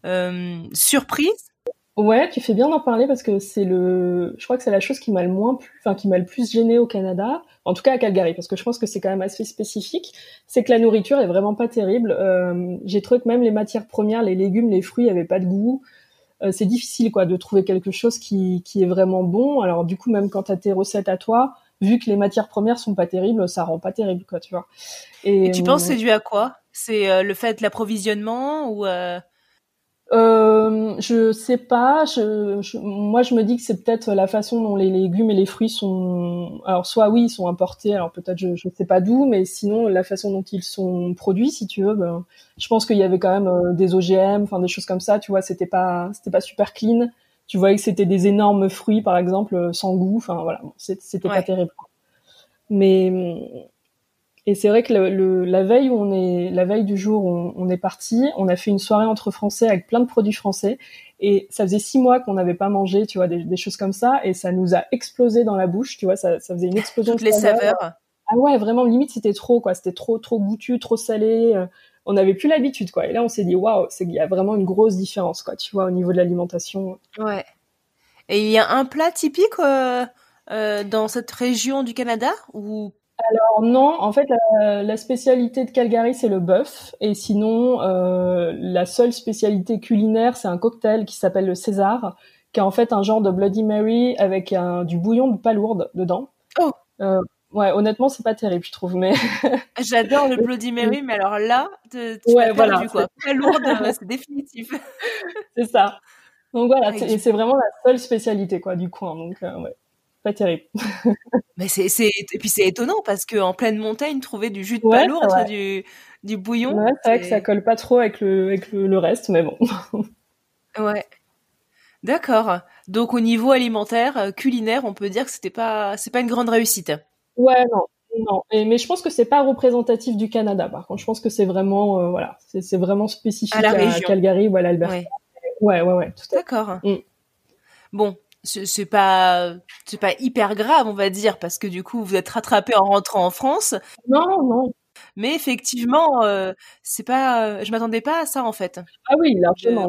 surprise? Ouais, tu fais bien d'en parler parce que je crois que c'est la chose qui m'a le plus gênée au Canada, en tout cas à Calgary, parce que je pense que c'est quand même assez spécifique, c'est que la nourriture est vraiment pas terrible. J'ai trouvé que même les matières premières, les légumes, les fruits avaient pas de goût. C'est difficile, quoi, de trouver quelque chose qui est vraiment bon. Alors du coup, même quand t'as tes recettes à toi, vu que les matières premières sont pas terribles, ça rend pas terrible, quoi, tu vois. Et tu penses que c'est dû à quoi? C'est le fait de l'approvisionnement ou Je sais pas. Moi, je me dis que c'est peut-être la façon dont les légumes et les fruits sont. Alors, soit oui, ils sont importés. Alors peut-être je sais pas d'où, mais sinon la façon dont ils sont produits, si tu veux, ben, je pense qu'il y avait quand même des OGM, enfin des choses comme ça. Tu vois, c'était pas super clean. Tu voyais que c'était des énormes fruits, par exemple, sans goût. Enfin voilà, c'était pas terrible. Mais et c'est vrai que la veille la veille du jour où on est parti, on a fait une soirée entre Français avec plein de produits français. Et ça faisait 6 mois qu'on n'avait pas mangé, tu vois, des choses comme ça. Et ça nous a explosé dans la bouche, tu vois, ça faisait une explosion Toutes de les saveurs. saveurs. Ah ouais, vraiment, limite, c'était trop, quoi. C'était trop goûtu, trop salé. On n'avait plus l'habitude, quoi. Et là, on s'est dit, waouh, il y a vraiment une grosse différence, quoi, tu vois, au niveau de l'alimentation. Ouais. Et il y a un plat typique dans cette région du Canada ou... Alors non, en fait, la spécialité de Calgary, c'est le bœuf. Et sinon, la seule spécialité culinaire, c'est un cocktail qui s'appelle le César, qui est en fait un genre de Bloody Mary avec du bouillon de palourde dedans. Oh. Ouais, honnêtement, c'est pas terrible, je trouve, mais... J'adore le Bloody Mary, mais alors là, tu ouais, m'as perdu, quoi. Pas lourde, c'est définitif. C'est ça. Donc voilà, Avec c'est vraiment la seule spécialité, quoi, du coin. Donc, ouais, pas terrible. Mais et puis c'est étonnant parce que en pleine montagne, trouver du jus de Ouais, palourde, ouais. du bouillon. Ouais, c'est vrai que ça colle pas trop avec le reste, mais bon. Ouais. D'accord. Donc au niveau alimentaire, culinaire, on peut dire que c'est pas une grande réussite. Ouais, non. Mais je pense que c'est pas représentatif du Canada. Par contre, je pense que c'est vraiment, voilà, c'est vraiment spécifique À la à région. Calgary ou à l'Alberta. Ouais. Ouais, tout à fait. D'accord. Bon, c'est pas hyper grave, on va dire, parce que du coup, vous êtes rattrapé en rentrant en France. Non. Mais effectivement, c'est pas, je m'attendais pas à ça en fait. Ah oui, largement.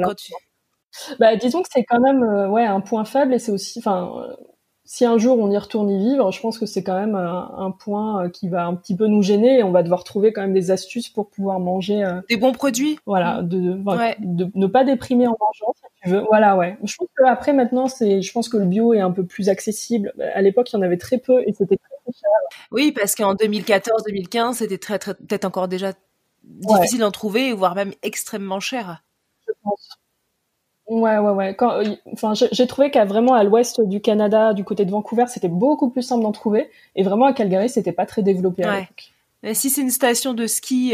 Bah, disons que c'est quand même, ouais, un point faible et c'est aussi, enfin, si un jour on y retourne y vivre, je pense que c'est quand même un point qui va un petit peu nous gêner et on va devoir trouver quand même des astuces pour pouvoir manger des bons produits. Voilà, de ne pas déprimer en mangeant, si tu veux. Voilà, ouais. Je pense que après maintenant, je pense que le bio est un peu plus accessible. À l'époque, il y en avait très peu et c'était très cher. Oui, parce qu'en 2014-2015, c'était très peut-être encore déjà difficile d'en trouver, voire même extrêmement cher. Je pense. Ouais. Enfin, j'ai trouvé qu'à vraiment à l'ouest du Canada, du côté de Vancouver, c'était beaucoup plus simple d'en trouver. Et vraiment à Calgary, c'était pas très développé à l'époque. Mais si c'est une station de ski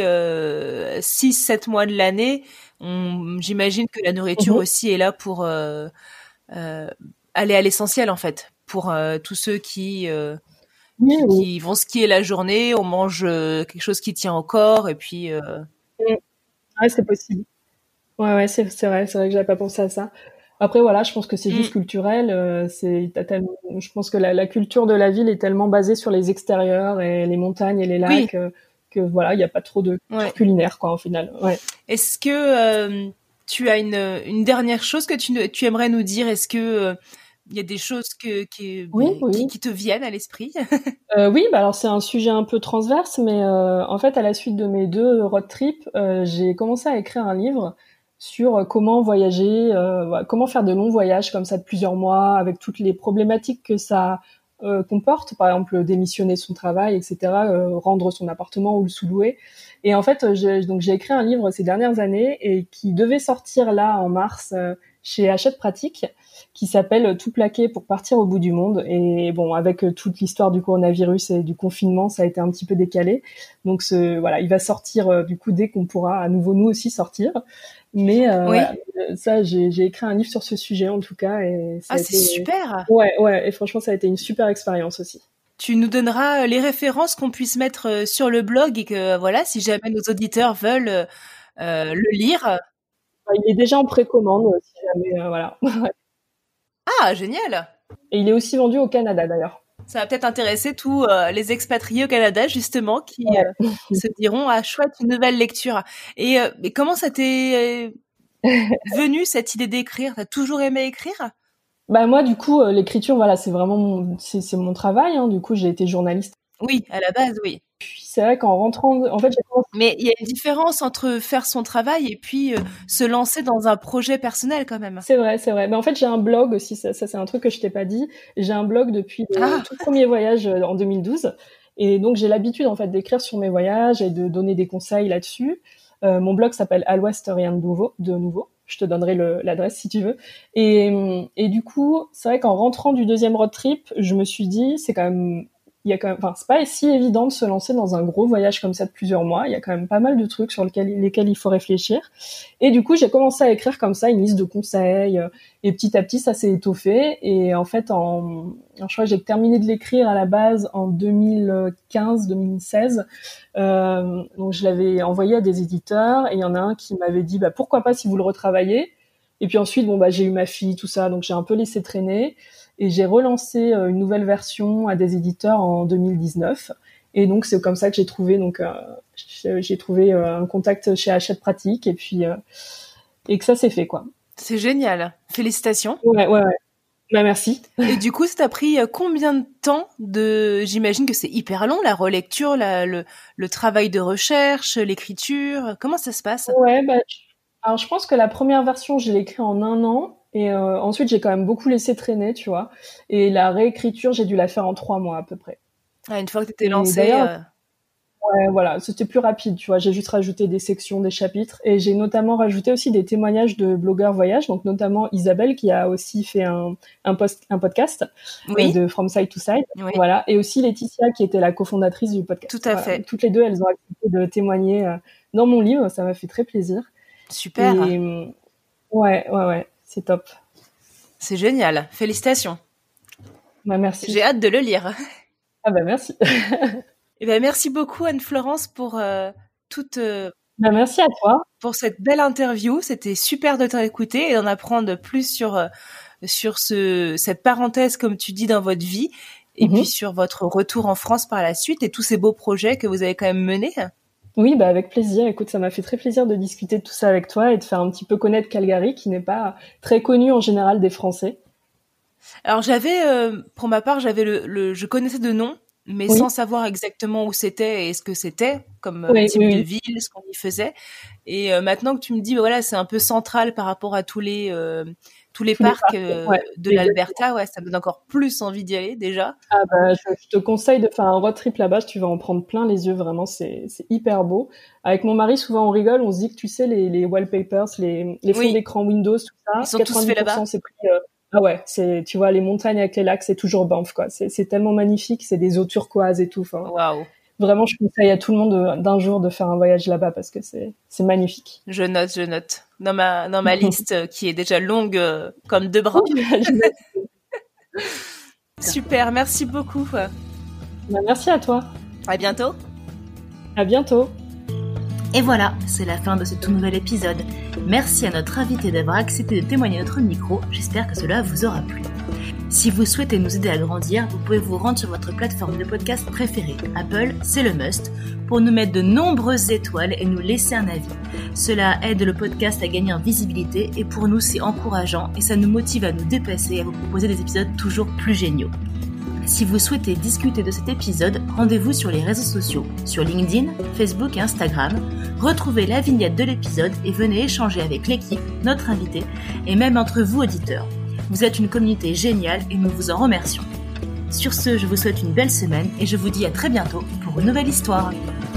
6-7 mois de l'année, j'imagine que la nourriture aussi est là pour aller à l'essentiel en fait. Pour tous ceux qui vont skier la journée, on mange quelque chose qui tient au corps et puis... Ouais, c'est possible. Ouais, c'est vrai que j'avais pas pensé à ça. Après, voilà, je pense que c'est juste culturel. Je pense que la culture de la ville est tellement basée sur les extérieurs et les montagnes et les lacs que voilà, il n'y a pas trop de culture culinaire, quoi, au final. Ouais. Est-ce que tu as une dernière chose que tu aimerais nous dire? Est-ce que il y a des choses qui te viennent à l'esprit? Oui, bah alors c'est un sujet un peu transverse, mais en fait, à la suite de mes 2 road trips, j'ai commencé à écrire un livre sur comment voyager, comment faire de longs voyages comme ça de plusieurs mois, avec toutes les problématiques que ça comporte, par exemple démissionner son travail, etc., rendre son appartement ou le sous-louer. Et en fait, j'ai écrit un livre ces dernières années et qui devait sortir là en mars chez Hachette Pratique, qui s'appelle Tout plaquer pour partir au bout du monde. Et bon, avec toute l'histoire du coronavirus et du confinement, ça a été un petit peu décalé. Donc voilà, il va sortir du coup dès qu'on pourra à nouveau nous aussi sortir. Mais voilà, ça, j'ai écrit un livre sur ce sujet en tout cas. Et c'est super. Ouais, et franchement, ça a été une super expérience aussi. Tu nous donneras les références qu'on puisse mettre sur le blog et que voilà, si jamais nos auditeurs veulent le lire. Il est déjà en précommande, si jamais, voilà. Ah, génial! Et il est aussi vendu au Canada, d'ailleurs. Ça va peut-être intéresser tous les expatriés au Canada, justement, qui se diront « Ah, chouette, une nouvelle lecture ». Et comment ça t'est venu, cette idée d'écrire? T'as toujours aimé écrire? Bah moi, du coup, l'écriture, voilà, c'est vraiment c'est mon travail. Hein. Du coup, j'ai été journaliste. Oui, à la base, oui. Puis c'est vrai qu'en rentrant, en fait, j'ai commencé... Mais il y a une différence entre faire son travail et puis se lancer dans un projet personnel quand même. C'est vrai. Mais en fait, j'ai un blog aussi. Ça c'est un truc que je t'ai pas dit. J'ai un blog depuis le tout premier voyage en 2012. Et donc, j'ai l'habitude en fait d'écrire sur mes voyages et de donner des conseils là-dessus. Mon blog s'appelle À l'Ouest, rien de nouveau. Je te donnerai l'adresse si tu veux. Et du coup, c'est vrai qu'en rentrant du deuxième road trip, je me suis dit, c'est pas si évident de se lancer dans un gros voyage comme ça de plusieurs mois. Il y a quand même pas mal de trucs sur lesquels il faut réfléchir. Et du coup, j'ai commencé à écrire comme ça une liste de conseils. Et petit à petit, ça s'est étoffé. Et en fait, je crois que j'ai terminé de l'écrire à la base en 2015-2016. Donc, je l'avais envoyé à des éditeurs. Et il y en a un qui m'avait dit, pourquoi pas si vous le retravaillez. Et puis ensuite, j'ai eu ma fille, tout ça. Donc, j'ai un peu laissé traîner. Et j'ai relancé une nouvelle version à des éditeurs en 2019. Et donc, c'est comme ça que j'ai trouvé un contact chez Hachette Pratique et puis et que ça s'est fait, quoi. C'est génial. Félicitations. Ouais. Merci. Et du coup, ça t'a pris combien de temps j'imagine que c'est hyper long, la relecture, le travail de recherche, l'écriture. Comment ça se passe? Ouais, alors je pense que la première version, je l'ai écrite en 1 an. Et ensuite, j'ai quand même beaucoup laissé traîner, tu vois. Et la réécriture, j'ai dû la faire en 3 mois à peu près. Ah, une fois que t'étais lancée. Ouais, voilà, c'était plus rapide, tu vois. J'ai juste rajouté des sections, des chapitres. Et j'ai notamment rajouté aussi des témoignages de blogueurs voyage. Donc notamment Isabelle, qui a aussi fait un podcast de From Side to Side. Oui. Voilà. Et aussi Laetitia, qui était la cofondatrice du podcast. Tout à fait. Toutes les deux, elles ont accepté de témoigner dans mon livre. Ça m'a fait très plaisir. Super. Et, ouais. C'est top. C'est génial. Félicitations. Merci. J'ai hâte de le lire. Ah merci. Merci beaucoup Anne-Florence pour toute. Merci à toi. Pour cette belle interview. C'était super de t'écouter et d'en apprendre plus sur cette parenthèse, comme tu dis, dans votre vie. Et puis sur votre retour en France par la suite et tous ces beaux projets que vous avez quand même menés. Oui, avec plaisir. Écoute, ça m'a fait très plaisir de discuter de tout ça avec toi et de faire un petit peu connaître Calgary, qui n'est pas très connu en général des Français. Alors pour ma part, je connaissais de nom, mais sans savoir exactement où c'était et ce que c'était, comme type de ville, ce qu'on y faisait. Et maintenant que tu me dis, voilà, c'est un peu central par rapport à tous les parcs de l'Alberta, ça me donne encore plus envie d'y aller déjà. Je te conseille de faire un road trip là-bas, tu vas en prendre plein les yeux, vraiment, c'est hyper beau. Avec mon mari, souvent on rigole, on se dit que tu sais, les wallpapers, les fonds d'écran Windows, tout ça, ils sont tous faits là-bas. C'est pris, tu vois, les montagnes avec les lacs, c'est toujours Banff, quoi. C'est tellement magnifique, c'est des eaux turquoises et tout. Waouh. Vraiment, je conseille à tout le monde d'un jour de faire un voyage là-bas parce que c'est magnifique. Je note. Dans ma liste qui est déjà longue comme 2 bras. Super, merci beaucoup. Merci à toi. À bientôt. À bientôt. Et voilà, c'est la fin de ce tout nouvel épisode. Merci à notre invité d'avoir accepté de témoigner à notre micro. J'espère que cela vous aura plu. Si vous souhaitez nous aider à grandir, vous pouvez vous rendre sur votre plateforme de podcast préférée. Apple, c'est le must, pour nous mettre de nombreuses étoiles et nous laisser un avis. Cela aide le podcast à gagner en visibilité et pour nous, c'est encourageant et ça nous motive à nous dépasser et à vous proposer des épisodes toujours plus géniaux. Si vous souhaitez discuter de cet épisode, rendez-vous sur les réseaux sociaux, sur LinkedIn, Facebook et Instagram. Retrouvez la vignette de l'épisode et venez échanger avec l'équipe, notre invité et même entre vous auditeurs. Vous êtes une communauté géniale et nous vous en remercions. Sur ce, je vous souhaite une belle semaine et je vous dis à très bientôt pour une nouvelle histoire.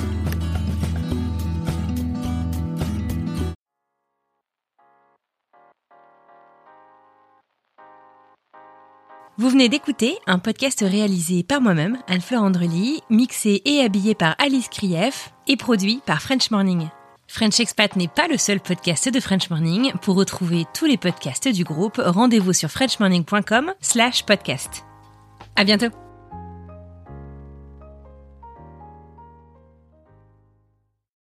Vous venez d'écouter un podcast réalisé par moi-même, Anne-Fleur Andrely, mixé et habillé par Alice Krief et produit par French Morning. French Expat n'est pas le seul podcast de French Morning. Pour retrouver tous les podcasts du groupe, rendez-vous sur frenchmorning.com/podcast. À bientôt!